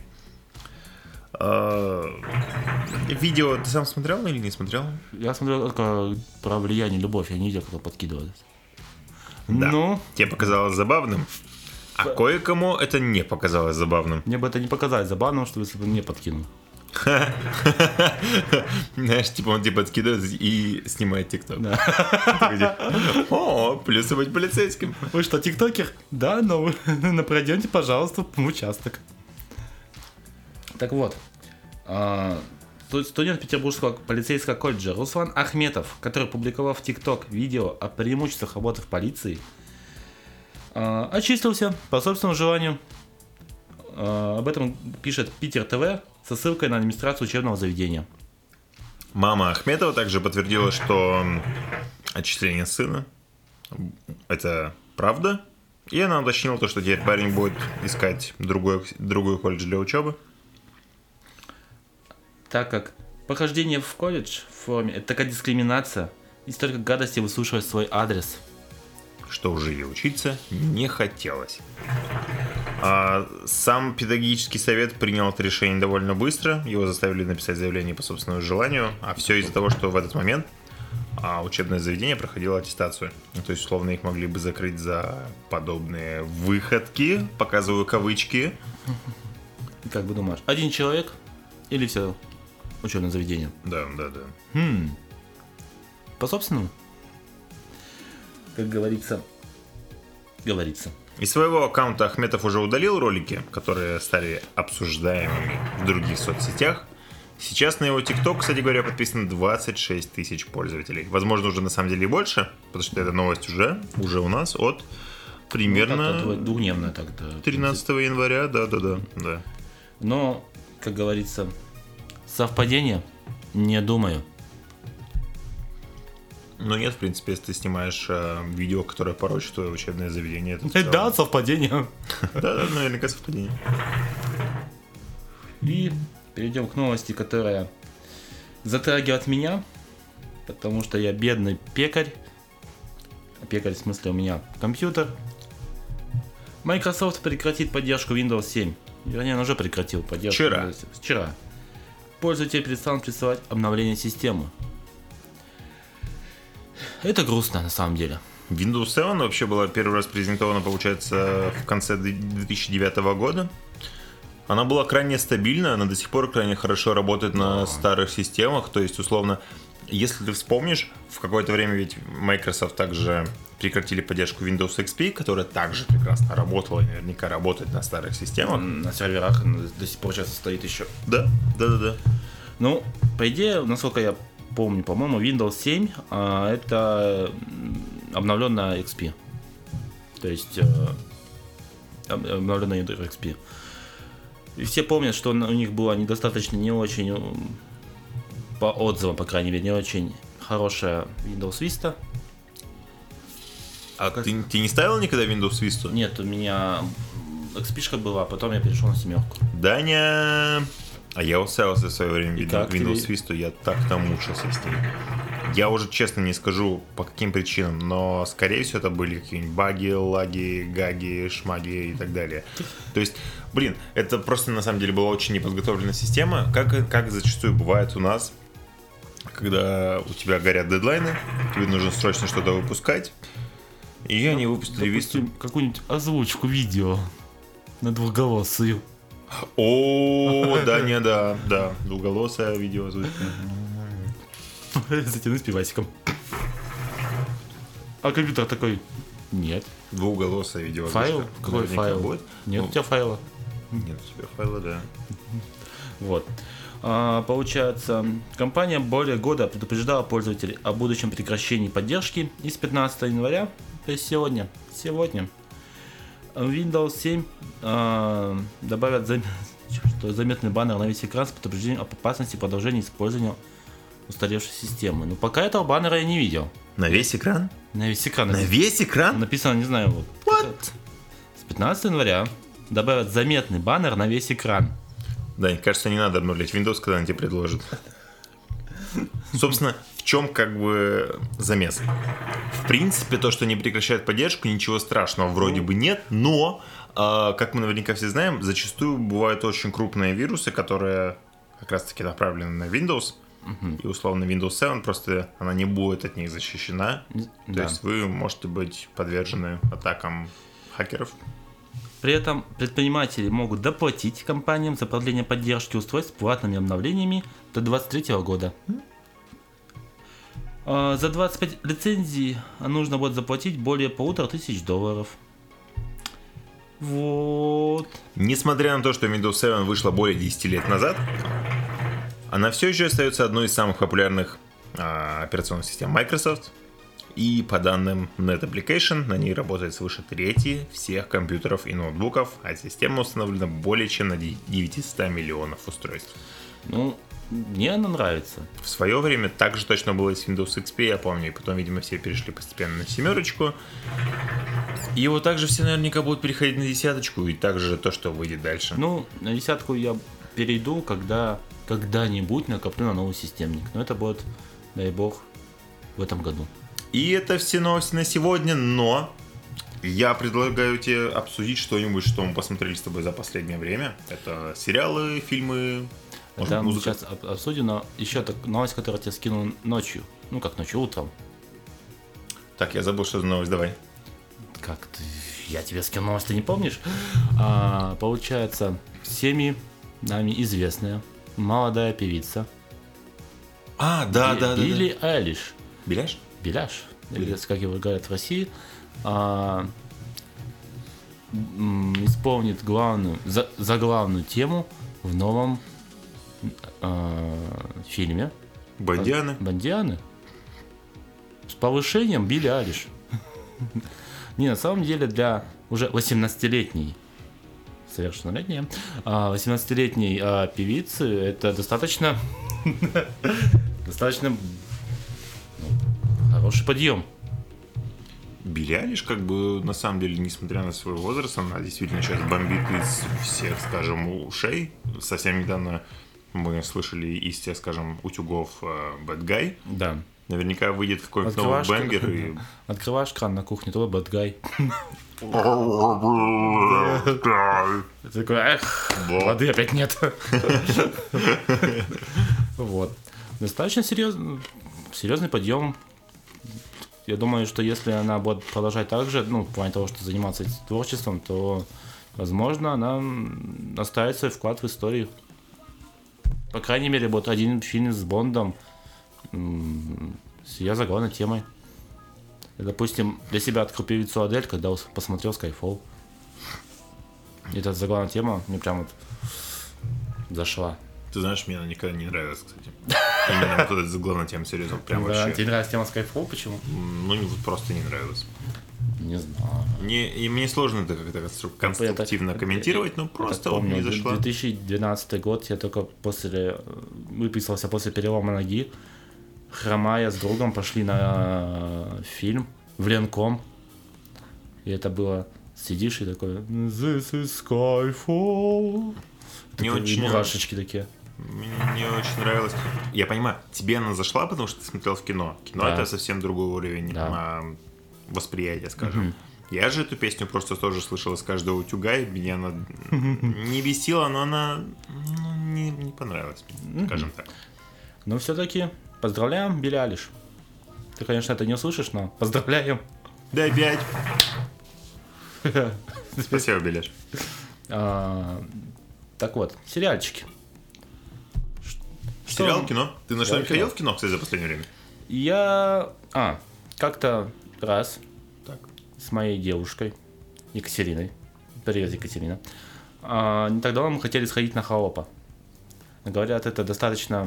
Видео ты сам смотрел или не смотрел? Я смотрел только про влияние, любовь, я не видел, как он подкидывает. Да. Ну, Тебе показалось забавным? А кое-кому это не показалось забавным. мне бы это не показалось забавным, что если бы мне подкинул. Знаешь, типа он типа откидывает и снимает ТикТок. О, плюсы быть полицейским. Вы что, тиктокер? Да, но вы пройдемте, пожалуйста, в участок. Так вот, студент Петербургского полицейского колледжа Руслан Ахметов, который публиковал в ТикТок видео о преимуществах работы в полиции, очистился по собственному желанию. Об этом пишет Питер ТВ со ссылкой на администрацию учебного заведения. Мама Ахметова также подтвердила, что отчисление сына — это правда. И она уточнила то, что теперь парень будет искать другой колледж для учебы. Так как похождение в колледж в форме — это такая дискриминация, и столько гадости выслушивать свой адрес. Что уже и учиться не хотелось. Сам педагогический совет принял это решение довольно быстро. Его заставили написать заявление по собственному желанию. А все из-за того, что в этот момент учебное заведение проходило аттестацию. То есть, условно, их могли бы закрыть за подобные выходки. Показываю кавычки. Как бы думаешь, один человек Или все учебное заведение? Да. По собственному? Как говорится. Из своего аккаунта Ахметов уже удалил ролики, которые стали обсуждаемыми в других соцсетях. Сейчас на его ТикТок, кстати говоря, подписано 26 тысяч пользователей. Возможно, уже на самом деле и больше, потому что эта новость уже у нас от примерно двухдневная так-то. 13 января, да. Но, как говорится, совпадение? Не думаю. Ну нет, в принципе, если ты снимаешь видео, которое порочит твое учебное заведение, это в целом- Да, совпадение. Да, наверняка совпадение. И перейдем к новости, которая затрагивает меня, потому что я бедный пекарь. Пекарь в смысле у меня компьютер. Microsoft прекратит поддержку Windows 7. Вернее, он уже прекратил поддержку. Вчера. Вчера. Пользователи перестанут присылать обновление системы. Это грустно на самом деле. Windows 7 вообще была первый раз презентована, получается, в конце 2009 года. Она была крайне стабильна, она до сих пор крайне хорошо работает на старых системах. То есть, условно, если ты вспомнишь, в какое-то время ведь Microsoft также прекратили поддержку Windows XP, которая также прекрасно работала и наверняка работает на старых системах. На серверах до сих пор сейчас стоит еще. Да. Ну, по идее, насколько я помню, по-моему, Windows 7 это обновленная XP. То есть обновленная XP. И все помнят, что у них была недостаточно, не очень, по отзывам, по крайней мере, не очень хорошая Windows Vista. А ты не ставил никогда Windows Vista? Нет, у меня XP-шка была, а потом я перешел на семерку. Даня... А я уставился в свое время Windows тебе? Vista, я так там мучился с ней. Я уже честно не скажу, по каким причинам, но, скорее всего, это были какие-нибудь баги, лаги, гаги, шмаги и так далее. То есть, это просто, на самом деле, была очень неподготовленная система, как зачастую бывает у нас, когда у тебя горят дедлайны, тебе нужно срочно что-то выпускать, и они выпустили Vista. Допустим, какую-нибудь озвучку видео на двухголосую. О, да, двуголосое видео озвучка. Затянуть пивасиком. А компьютер такой: нет. Двуголосое видео. Файл? Какой Наверняка файл? будет. Нет у тебя файла. Нет у тебя файла, да. Вот. Получается, компания более года предупреждала пользователей о будущем прекращении поддержки, и с 15 января, то есть сегодня, Windows 7 добавят заметный баннер на весь экран с предупреждением об опасности продолжения использования устаревшей системы. Но пока этого баннера я не видел. На весь экран? На весь экран. На весь экран? Написано, не знаю, вот. What? С 15 января добавят заметный баннер на весь экран. Да, мне кажется, не надо обновлять Windows, когда они тебе предложат. Собственно, в чем замес? В принципе, то, что они прекращают поддержку, ничего страшного вроде бы нет, но, как мы наверняка все знаем, зачастую бывают очень крупные вирусы, которые как раз-таки направлены на Windows, и условно Windows 7 просто она не будет от них защищена. То есть вы можете быть подвержены атакам хакеров. При этом предприниматели могут доплатить компаниям за продление поддержки устройств платными обновлениями до 2023 года. За 25 лицензий нужно будет заплатить более $1500. Вот. Несмотря на то, что Windows 7 вышла более 10 лет назад, она все еще остается одной из самых популярных операционных систем Microsoft. И по данным Net Application, на ней работает свыше трети всех компьютеров и ноутбуков, а система установлена более чем на 900 миллионов устройств. Ну, мне она нравится. В свое время так же точно было и с Windows XP, я помню, и потом, видимо, все перешли постепенно на семерочку. И вот также все наверняка будут переходить на десяточку, и также то, что выйдет дальше. Ну, на десятку я перейду, когда когда-нибудь накоплю на новый системник. Но это будет, дай бог, в этом году. И это все новости на сегодня, но я предлагаю тебе обсудить что-нибудь, что мы посмотрели с тобой за последнее время. Это сериалы, фильмы, может, это мы музыка. сейчас обсудим, но еще новость, которую я тебе скинул ночью. Ну, как ночью, утром. Так, я забыл, что за новость, давай. Как ты? Я тебе скинул новость, ты не помнишь? Получается, всеми нами известная молодая певица. Да. Билли Айлиш. Беляш? Беляш, или как его говорят в России, исполнит заглавную тему в новом фильме. Бондианы? С повышением Билли Айлиш. Не, на самом деле для уже 18-летней, совершеннолетней, 18-летней певицы это достаточно хороший подъем. Билли Айлиш, как бы, на самом деле, несмотря на свой возраст, она действительно сейчас бомбит из всех, скажем, ушей. Совсем недавно мы слышали из тех, скажем, утюгов Bad Guy. Да. Наверняка выйдет какой-нибудь новый бенгер. И... Открываешь кран на кухне, то Bad Guy. Ты такой, воды опять нет. Вот. Достаточно серьезный подъем. Я думаю, что если она будет продолжать так же, в плане того, что заниматься творчеством, то, возможно, она оставит свой вклад в историю. По крайней мере, вот один фильм с Бондом с ее заглавной темой. Я, допустим, для себя открыл певицу Адель, когда посмотрел Skyfall. И эта заглавная тема мне прям вот зашла. Ты знаешь, мне она никогда не нравилась, кстати. Именно вот эта заглавная тема, серьезно, прям вообще. Тебе нравится тема Skyfall? Почему? Просто не нравилась. Не знаю. И мне сложно это как-то конструктивно комментировать, но просто он не зашла. 2012 год я только выписался после перелома ноги, хромая с другом пошли на фильм в Ленком. И это было, сидишь и такой This is Skyfall. Не очень мурашечки такие. Мне не очень нравилось. Я понимаю, тебе она зашла, потому что ты смотрел в кино. Кино это совсем другой уровень восприятия, скажем. Я же эту песню просто тоже слышал из каждого утюга, и меня она не бесила, но она не понравилась, скажем так. Но все-таки поздравляем, Билли Айлиш. Ты, конечно, это не услышишь, но поздравляем. Дай 5. Спасибо, Беляш. Так вот, сериальчики. Сериал, кино? Ты на что-нибудь ходил в кино, кстати, за последнее время? Я как-то раз с моей девушкой Екатериной. Привет, Екатерина. Не так давно мы хотели сходить на Холопа. Говорят, это достаточно,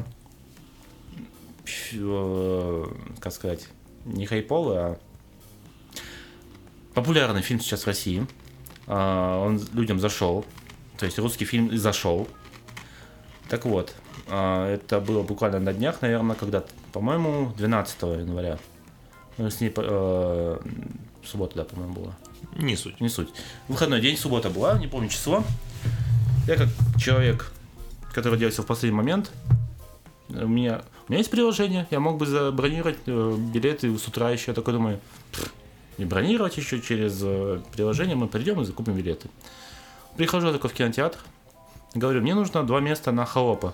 как сказать, не хайповый, а популярный фильм сейчас в России. Он людям зашел. То есть русский фильм зашел. Так вот, это было буквально на днях, наверное, когда-то, по-моему, 12 января. С ней суббота, да, по-моему, была. Не суть. Выходной день, суббота была, не помню число. Я как человек, который делается в последний момент, у меня есть приложение, я мог бы забронировать билеты с утра еще. Я такой думаю, не бронировать еще через приложение, мы придем и закупим билеты. Прихожу такой в кинотеатр, говорю, мне нужно 2 места на Холопа.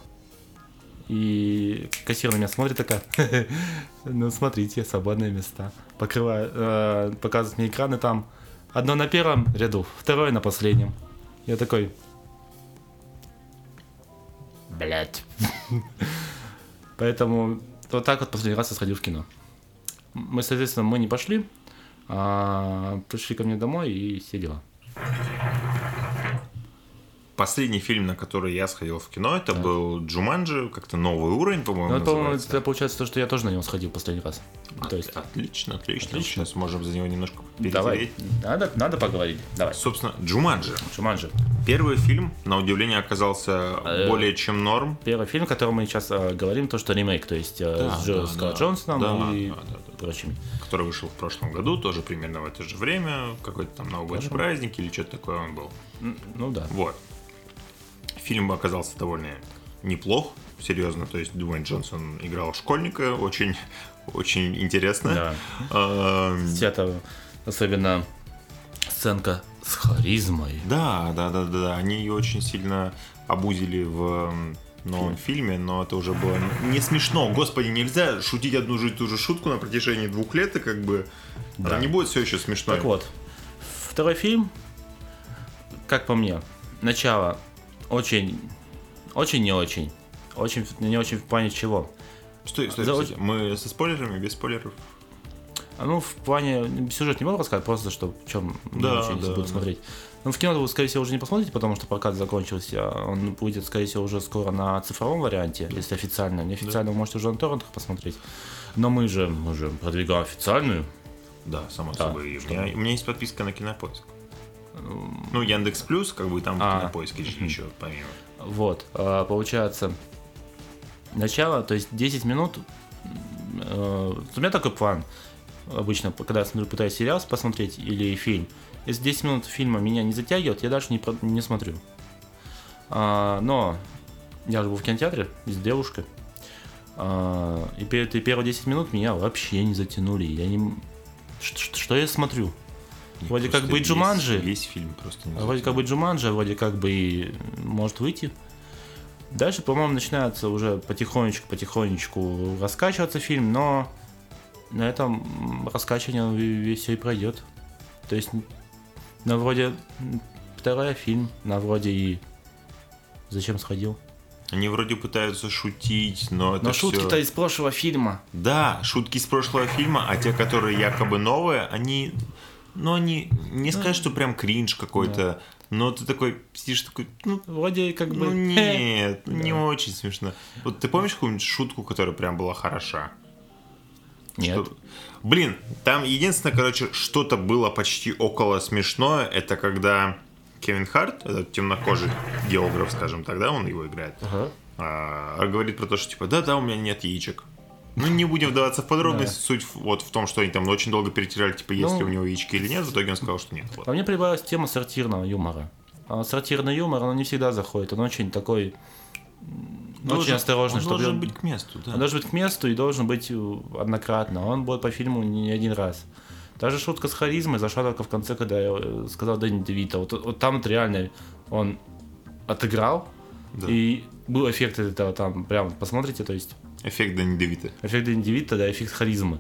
И кассир на меня смотрит такая, ну смотрите, свободные места. Показывает мне экраны там, одно на первом ряду, второе на последнем. Я такой, блять. Поэтому вот так вот последний раз я сходил в кино. Соответственно, мы не пошли, пришли ко мне домой и все дела. Последний фильм, на который я сходил в кино, это был «Джуманджи», как-то «Новый уровень», по-моему, называется. Это получается то, что я тоже на него сходил последний раз. То есть... Отлично. Сейчас можем за него немножко перетереть. Давай, надо поговорить. Давай. Собственно, «Джуманджи». Первый фильм, на удивление, оказался более чем норм. Первый фильм, о котором мы сейчас говорим, то, что ремейк, то есть с Скарлетт Джонсоном и прочими. Который вышел в прошлом году, тоже примерно в это же время, какой-то там новогодний праздник или что-то такое он был. Ну да. Вот. Фильм оказался довольно неплох, серьезно, то есть Дуэйн Джонсон играл школьника, очень, очень интересно. Да. Это особенно сценка с харизмой. Да, они ее очень сильно обузили в новом фильме, но это уже было не смешно. Господи, нельзя шутить одну и ту же шутку на протяжении 2 лет, и как бы она не будет все еще смешной. Так вот, второй фильм, как по мне, начало очень не очень, не очень в плане чего. Стой. Мы со спойлерами, без спойлеров? Ну, в плане сюжет не могу рассказать, просто что в чем будут смотреть. Ну, в кино вы, скорее всего, уже не посмотрите, потому что прокат закончился. Он будет, скорее всего, уже скоро на цифровом варианте, если официально. Неофициально вы можете уже на торрентах посмотреть. Но мы же продвигаем официальную. Да, само собой. У меня есть подписка на Кинопоиск. Ну, Яндекс Плюс, как бы там Кинопоиск еще помимо. Вот, получается, начало, то есть 10 минут. У меня такой план. Обычно, когда я пытаюсь сериал посмотреть или фильм, если 10 минут фильма меня не затягивает, я дальше не смотрю. Но я живу в кинотеатре с девушкой, и первые 10 минут меня вообще не затянули. Что я смотрю? Вроде как бы и Джуманджи. Весь фильм просто не вроде как бы Джуманджи, вроде как бы и может выйти. Дальше, по-моему, начинается уже потихонечку раскачиваться фильм, но на этом раскачивание все и пройдет. То есть, вроде второй фильм, вроде и зачем сходил? Они вроде пытаются шутить, но это шутки-то все... из прошлого фильма. Да, шутки из прошлого фильма, а те, которые якобы новые, они не сказать, что прям кринж какой-то, но ты такой сидишь такой, вроде как бы... нет, не очень смешно. Вот ты помнишь какую-нибудь шутку, которая прям была хороша? Нет. Блин, там единственное, что-то было почти около смешное, это когда Кевин Харт, этот темнокожий географ, скажем так, да, он его играет, говорит про то, что типа, да, у меня нет яичек. Ну, не будем вдаваться в подробности, суть вот в том, что они там очень долго перетирали, типа, есть ли у него яички или нет, в итоге он сказал, что нет. Вот. А мне прибавилась тема сортирного юмора. А сортирный юмор, он не всегда заходит, он очень такой... очень осторожный, он должен быть к месту, да. Он должен быть к месту и должен быть однократно. Он будет по фильму не один раз. Даже шутка с харизмой зашла только в конце, когда я сказал Дэнни Девито. Вот там вот реально он отыграл, и был эффект этого там, прям посмотрите, то есть... Эффект Дэнни Девито. Эффект Дэнни Девито, да, эффект харизмы.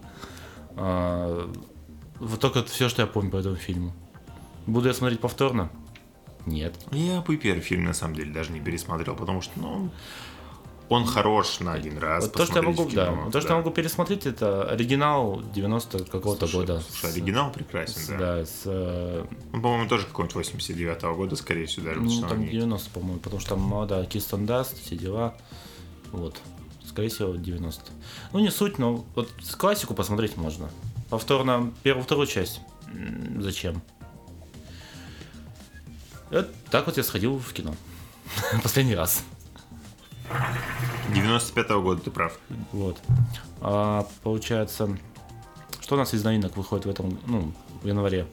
Вот только это все, что я помню по этому фильму. Буду я смотреть повторно? Нет. Я бы первый фильм, на самом деле, даже не пересмотрел, потому что, он хорош на один раз. Вот то, что я могу пересмотреть, это оригинал 90 какого-то года. Слушай, оригинал прекрасен, да. Он, по-моему, тоже какого-нибудь 89-го года, скорее всего, даже. Там 90, по-моему, потому что там молодая Кирстен Данст, все дела. Вот. Скорее всего, 90. Ну, не суть, но вот классику посмотреть можно. Повторно первую-вторую часть. Зачем? Так вот я сходил в кино. Последний раз. 95-го года, ты прав. Вот. Получается, что у нас из новинок выходит в этом, в январе?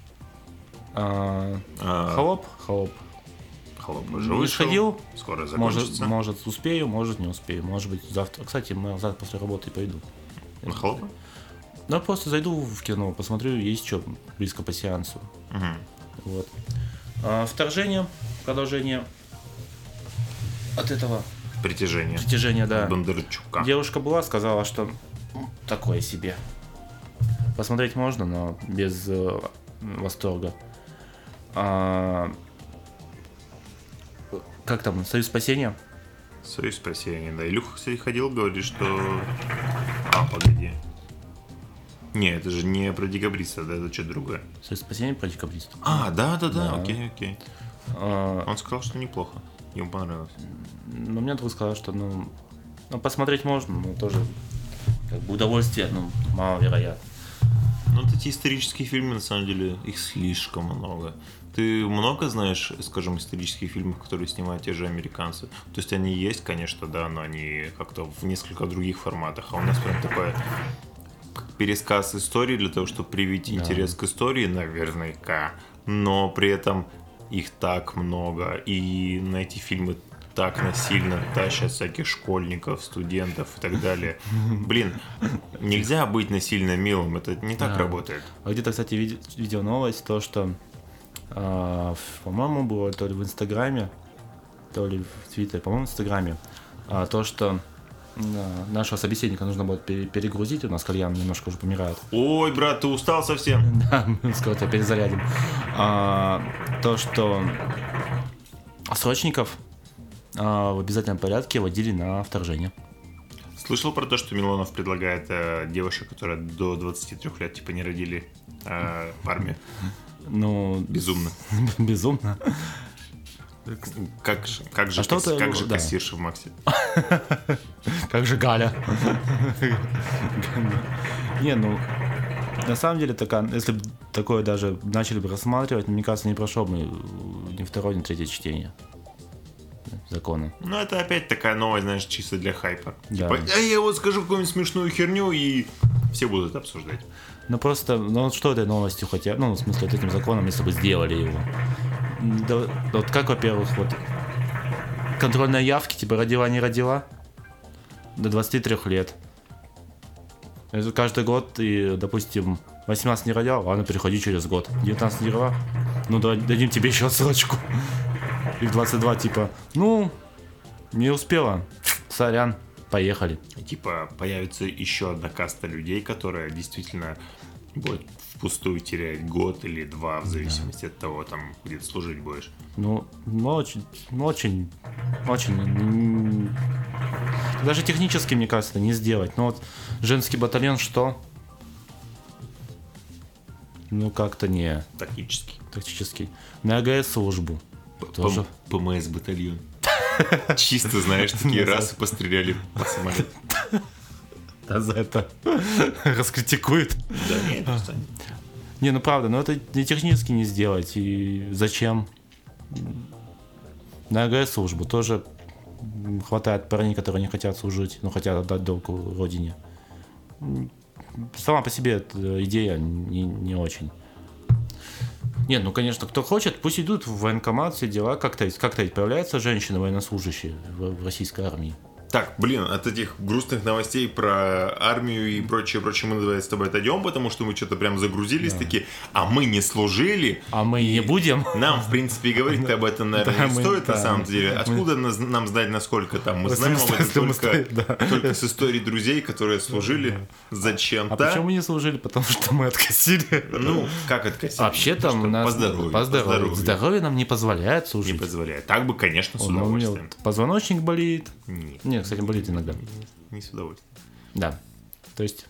Холоп. Холоп уже Не вышел. сходил. Скоро закончится. Может успею, может не успею. Может быть завтра. Кстати, завтра после работы пойду. На Холопа? Да, просто зайду в кино, посмотрю, есть что близко по сеансу. Угу. Вот. Вторжение, продолжение от этого притяжения, да. Бондарчука. Девушка была, сказала, что такое себе. Посмотреть можно, но без восторга. Как там, Союз спасения? Союз спасения, да. Илюха, кстати, ходил, говорит, что... погоди. Не, это же не про декабриста, да, это что-то другое. Союз спасения про декабриста. Да, окей. Он сказал, что неплохо. Ему понравилось. Но мне друг сказал, что, посмотреть можно, но тоже как бы удовольствие, маловероятно. Эти исторические фильмы, на самом деле, их слишком много. Ты много знаешь, скажем, исторических фильмов, которые снимают те же американцы? То есть они есть, конечно, да, но они как-то в несколько других форматах. А у нас прям такой пересказ истории для того, чтобы привить интерес к истории, наверняка. Но при этом их так много, и на эти фильмы так насильно тащат всяких школьников, студентов и так далее. Блин, нельзя быть насильно милым, это не так работает. А где-то, кстати, видел новость, то, что, по-моему, было то ли в Инстаграме, то ли в Твиттере, по-моему, в Инстаграме, то, что нашего собеседника нужно будет перегрузить, у нас кальян немножко уже помирает. Ой, брат, ты устал совсем? Да, мы скоро тебя перезарядим. То, что срочников в обязательном порядке водили на вторжение. Слышал про то, что Милонов предлагает девушек, которые до 23 лет типа не родили в армию? Ну, Безумно. Безумно. Как же да. кассирша в Максе? Как же Галя. Не, ну, на самом деле, если бы такое даже начали бы рассматривать, мне кажется, не прошло бы ни второе, ни третье чтение закона. Ну, это опять такая новость, знаешь, чисто для хайпа. Да. Типа, я вот скажу какую-нибудь смешную херню, и все будут это обсуждать. Ну, просто, ну, что этой новостью хотя, ну, в смысле, вот этим законом, если бы сделали его. Да, вот как, во-первых, вот контрольные явки, типа родила, не родила, до 23 лет. Это каждый год, и, допустим, 18 не родила, ладно, переходи через год. 19 не родила, ну, дадим тебе еще отсрочку. И в 22, типа, ну, не успела, сорян, поехали. И, типа, появится еще одна каста людей, которая действительно будет впустую терять год или два, в зависимости от того, там, где ты служить будешь. Ну, очень, даже технически, мне кажется, не сделать. Ну вот женский батальон что? Ну как-то не тактический. На АГС службу. Тоже. ПМС батальон. Чисто, знаешь, такие раз и постреляли по самолету. Да за это раскритикует. Да нет, просто... Не, ну правда, но это и технически не сделать. И зачем? На АГС службу тоже хватает парней, которые не хотят служить, но хотят отдать долг родине. Сама по себе эта идея не очень. Нет, ну конечно, кто хочет, пусть идут в военкомат, все дела. Как-то ведь появляются женщины военнослужащие в российской армии. Так, блин, от этих грустных новостей про армию и прочее, мы давай с тобой отойдем, потому что мы что-то прям загрузились такие, а мы не служили. А мы не будем. Нам, в принципе, говорить об этом, наверное, не стоит на самом деле. Откуда нам знать, насколько там? Мы знаем об этом только с истории друзей, которые служили зачем-то. А почему не служили? Потому что мы откосили. Ну, как откосили? Вообще там у нас по здоровью. Здоровье нам не позволяет служить. Не позволяет. Так бы, конечно, с удовольствием. Позвоночник болит. Нет, кстати, болит иногда. Не с удовольствием. Да. То есть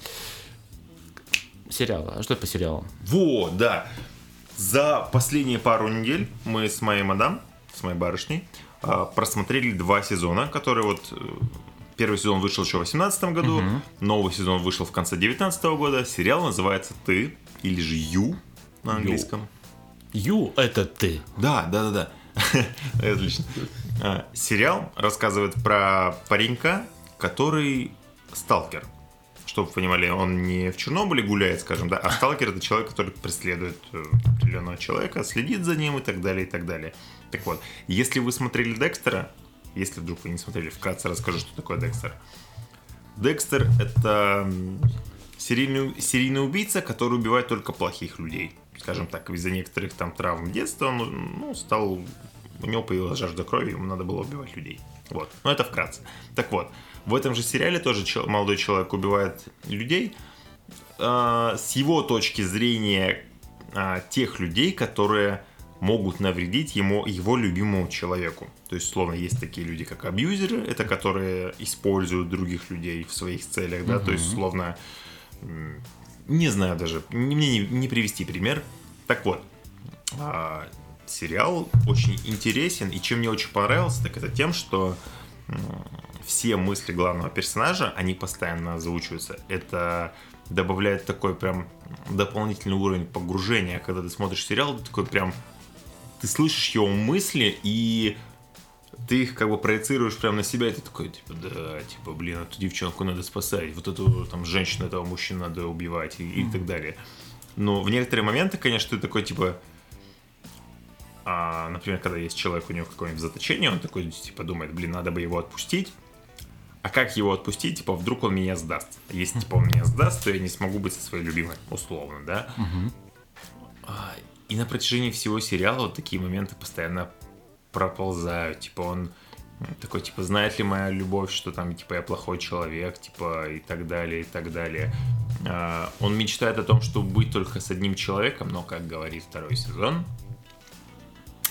сериалы. А что это по сериалам? Вот, да. За последние пару недель мы с моей мадам, с моей барышней, просмотрели 2 сезона, которые вот... Первый сезон вышел еще в 2018 году, новый сезон вышел в конце 2019 года. Сериал называется «Ты» или же «You» на английском. «You» — это «ты». Да. Отлично. Сериал рассказывает про паренька, который сталкер. Чтобы вы понимали, он не в Чернобыле гуляет, скажем, да, а сталкер — это человек, который преследует определенного человека, следит за ним и так далее, и так далее. Так вот, если вы смотрели «Декстера», если вдруг вы не смотрели, вкратце расскажу, что такое Декстер. Декстер — это серийный убийца, который убивает только плохих людей. Скажем так, из-за некоторых там травм детства он у него появилась жажда крови, ему надо было убивать людей. Вот. Но это вкратце. Так вот, в этом же сериале тоже молодой человек убивает людей с его точки зрения тех людей, которые могут навредить его любимому человеку. То есть, условно, есть такие люди, как абьюзеры, это которые используют других людей в своих целях, да, то есть, условно, не знаю даже, мне не привести пример. Так вот, сериал очень интересен, и чем мне очень понравился, так это тем, что все мысли главного персонажа, они постоянно озвучиваются. Это добавляет такой прям дополнительный уровень погружения. Когда ты смотришь сериал, ты такой прям... Ты слышишь его мысли, и ты их как бы проецируешь прямо на себя, и ты такой, типа, да, типа, блин, эту девчонку надо спасать, вот эту там женщину, этого мужчину надо убивать, и так далее. Но в некоторые моменты, конечно, ты такой, типа, например, когда есть человек, у него какое-нибудь заточение, он такой, типа, думает, блин, надо бы его отпустить. А как его отпустить? Типа, вдруг он меня сдаст. Если, типа, он меня сдаст, то я не смогу быть со своей любимой, условно, да? И на протяжении всего сериала вот такие моменты постоянно проползают. Типа, он такой, типа, знает ли моя любовь, что там, типа, я плохой человек, типа, и так далее, и так далее. Он мечтает о том, чтобы быть только с одним человеком, но, как говорит второй сезон,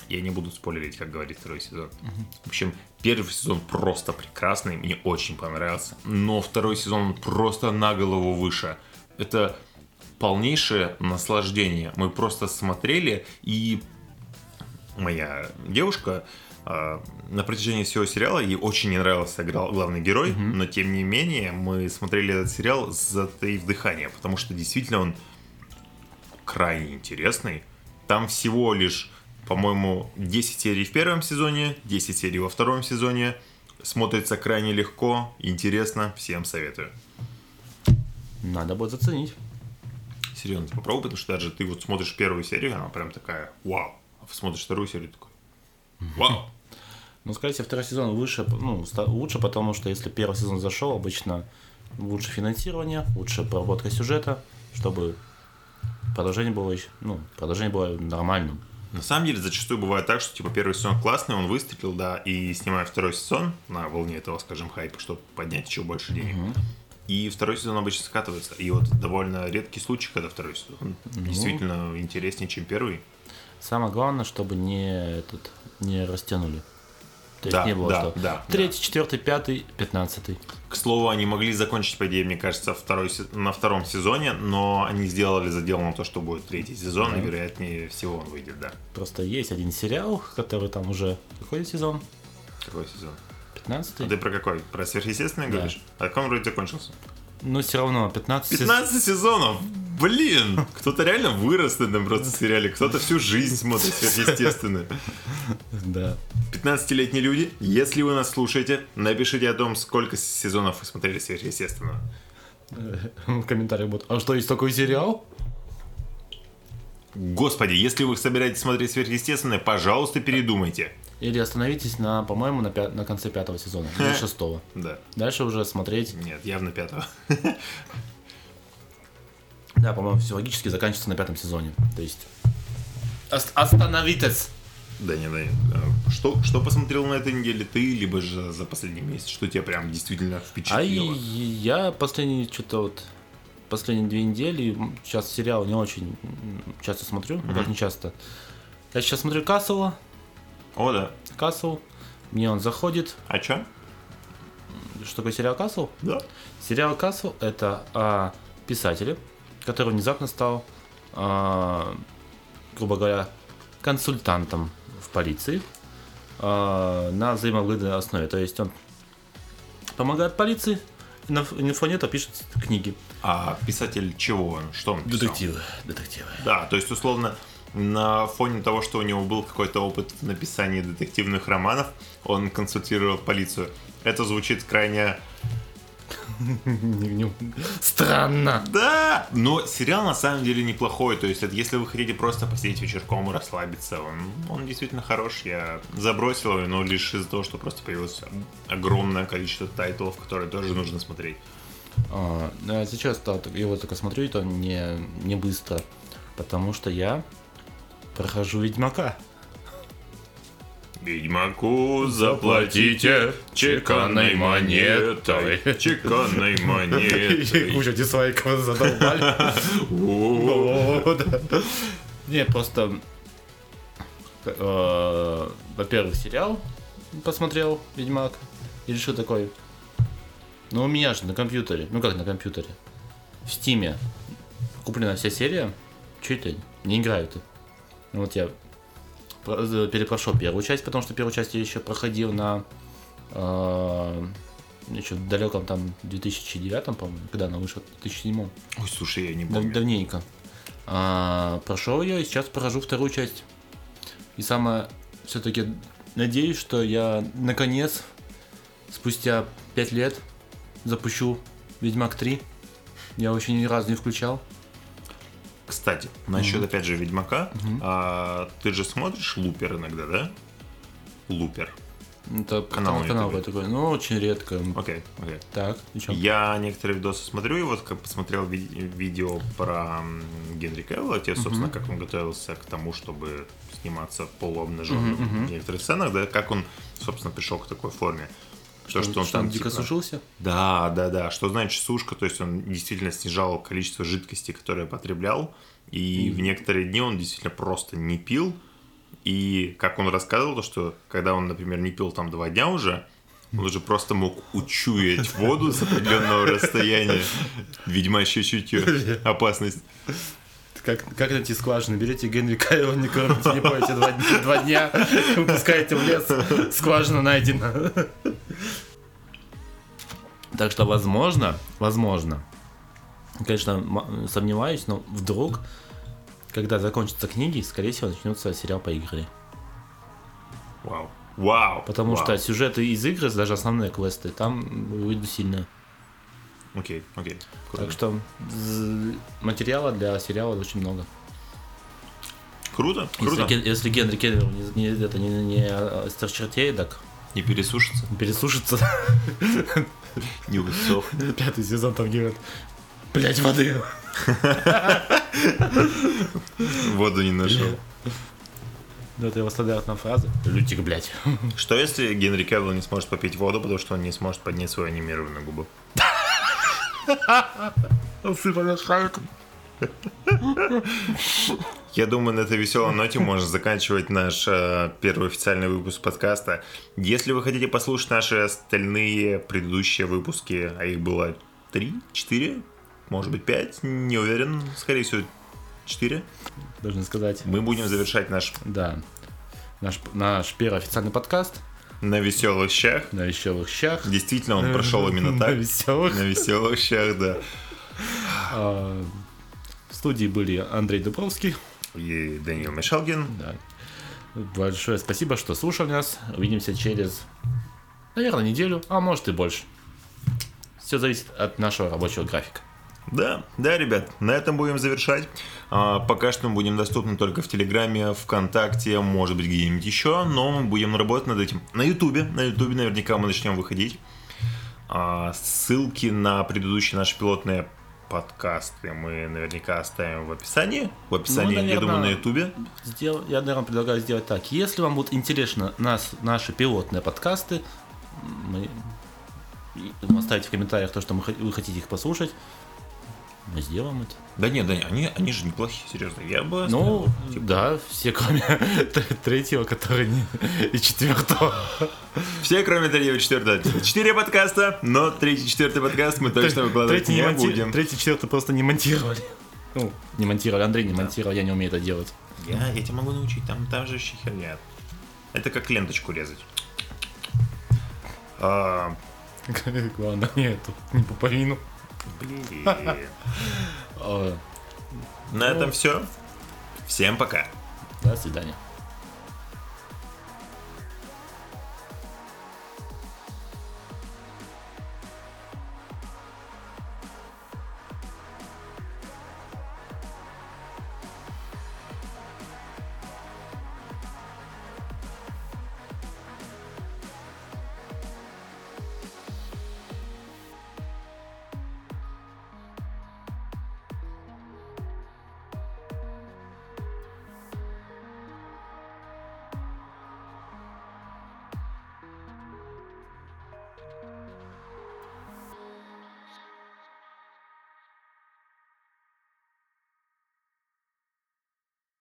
Я не буду спойлерить, как говорит второй сезон. В общем, первый сезон просто прекрасный, мне очень понравился. Но второй сезон просто на голову выше. Это полнейшее наслаждение. Мы просто смотрели, и моя девушка на протяжении всего сериала, ей очень не нравился главный герой, но тем не менее мы смотрели этот сериал, затаив дыхание, потому что действительно он крайне интересный. Там всего лишь, по-моему, 10 серий в первом сезоне, 10 серий во втором сезоне. Смотрится крайне легко, интересно, всем советую. Надо будет заценить. Серьезно, попробуй, потому что даже ты вот смотришь первую серию, она прям такая вау. А смотришь вторую серию, такой вау. Ну, скорее всего, второй сезон выше, лучше, потому что если первый сезон зашел, обычно лучше финансирование, лучше проработка сюжета, чтобы продолжение было нормальным. На самом деле, зачастую бывает так, что типа первый сезон классный, он выстрелил, да, и снимает второй сезон на волне этого, скажем, хайпа, чтобы поднять еще больше денег. И второй сезон обычно скатывается. И вот довольно редкий случай, когда второй сезон действительно интереснее, чем первый. Самое главное, чтобы не растянули. То есть не было, что третий, четвертый, пятый, 15. К слову, они могли закончить, по идее, мне кажется, на втором сезоне, но они сделали задел на то, что будет третий сезон, и вероятнее всего он выйдет, да. Просто есть один сериал, который там уже... Какой сезон? Какой сезон? 15-й? А ты про какой? Про сверхъестественное говоришь? А как он вроде закончился? Ну, все равно, 15 сезонов! Блин! Кто-то реально вырос на этом просто сериале, кто-то всю жизнь смотрит сверхъестественное. Да. 15-летние люди, если вы нас слушаете, напишите о том, сколько сезонов вы смотрели сверхъестественного. В комментариях будет: а что, есть такой сериал? Господи, если вы собираетесь смотреть сверхъестественное, пожалуйста, передумайте. Или остановитесь по-моему, на конце 5-го сезона, или 6-го. Да. Дальше уже смотреть... Нет, явно 5-го. Да, по-моему, все логически заканчивается на 5-м сезоне. То есть... Остановитесь! Да нет. Что посмотрел на этой неделе ты, либо же за последний месяц? Что тебя прям действительно впечатлило? Я последние 2 недели, сейчас сериал не очень часто смотрю, как не часто. Я сейчас смотрю Касла. О, да. Касл. Мне он заходит. А чё? Что такое сериал Касл? Да. Сериал Касл — это о писателе, который внезапно стал, грубо говоря, консультантом в полиции на взаимовыгодной основе. То есть он помогает полиции, и на фоне этого пишет книги. А писатель чего он? Что он писал? Детективы. Да, то есть, условно, на фоне того, что у него был какой-то опыт в написании детективных романов, он консультировал полицию. Это звучит крайне... Странно. Да, но сериал на самом деле неплохой. То есть, если вы хотите просто посидеть вечерком и расслабиться, он действительно хорош. Я забросил его, но лишь из-за того, что просто появилось огромное количество тайтлов, которые тоже нужно смотреть. Сейчас его только смотрю, и то не быстро. Потому что я прохожу Ведьмака. Ведьмаку заплатите чеканной монетой. Чеканной монетой. Куча дизлайков задолбали. Не, просто... Во-первых, сериал посмотрел Ведьмак. И решил такой... Ну, у меня же на компьютере. Ну, как на компьютере? В Стиме куплена вся серия. Че это? Не играют. Вот я перепрошел первую часть, потому что первую часть я еще проходил на еще в далеком там 2009, по-моему, когда она вышла, 2007. Ой, слушай, я не помню. Давненько. Прошел ее, и сейчас прохожу вторую часть. И самое, все-таки надеюсь, что я наконец, спустя 5 лет, запущу Ведьмак 3. Я вообще ни разу не включал. Кстати, насчет, опять же, Ведьмака, ты же смотришь Лупер иногда, да? Лупер. Это канал такой, но очень редко. Окей. Так, и чё? Я некоторые видосы смотрю, и вот как посмотрел видео про Генри Кевилла, собственно, как он готовился к тому, чтобы сниматься полуобнаженным в некоторых сценах, да, как он, собственно, пришел к такой форме. Что он там дико сушился? Да. Что значит сушка? То есть он действительно снижал количество жидкости, которое потреблял. И в некоторые дни он действительно просто не пил. И как он рассказывал, то, что когда он, например, не пил там 2 дня уже, он уже просто мог учуять воду с определенного расстояния. Ведьмачье чутье. Опасность. Как эти скважины? Берете Генри Кавилла, не кормите, не поете 2 дня, выпускаете в лес, скважина найдена. Так что, возможно, конечно, сомневаюсь, но вдруг, когда закончатся книги, скорее всего, начнется сериал по игре. Вау. Потому что сюжеты из игры, даже основные квесты, там выйдут сильно. Окей. Так что материала для сериала очень много. Круто. Если Генри Кавилл не стерчертеет, так Не пересушится. Не высох. 5-й сезон там говорят, блять, воды. Воду не нашел. Ну, это его стандартная фраза. Лютик, блять. Что если Генри Кавилл не сможет попить воду, потому что он не сможет поднять свою анимированную губу? Я думаю, на этой веселой ноте можно заканчивать наш первый официальный выпуск подкаста. Если вы хотите послушать наши остальные предыдущие выпуски, а их было 3, 4, может быть 5, не уверен, скорее всего 4. Должен сказать. Мы будем завершать наш первый официальный подкаст. На веселых щах. Действительно, он прошел именно так. На веселых щах, да. В студии были Андрей Дубровский и Даниил Мишалгин. Да. Большое спасибо, что слушали нас. Увидимся через, наверное, неделю, а может и больше. Все зависит от нашего рабочего графика. Да, ребят, на этом будем завершать. Пока что мы будем доступны только в Телеграме, ВКонтакте, может быть где-нибудь еще, но мы будем работать над этим. На Ютубе наверняка мы начнем выходить. Ссылки на предыдущие наши пилотные подкасты мы наверняка оставим в описании. Наверное, я думаю, на Ютубе. Я, наверное, предлагаю сделать так. Если вам будут интересны наши пилотные подкасты, оставьте в комментариях то, что вы хотите их послушать. Мы сделаем это. Да нет, они же неплохие, серьезно. Я бы оставил, да, все кроме 3-го, который и 4-го. Все кроме 3-го и 4-го. 4 подкаста, но 3-й, 4-й подкаст мы точно выкладывать не будем. 3-й, 4-й просто не монтировали. Не монтировали, Андрей не монтировал, я не умею это делать. Я тебя могу научить, там же еще херня. Это как ленточку резать. Главное, нету, не пуповину. Блин. На этом все. Всем пока. До свидания.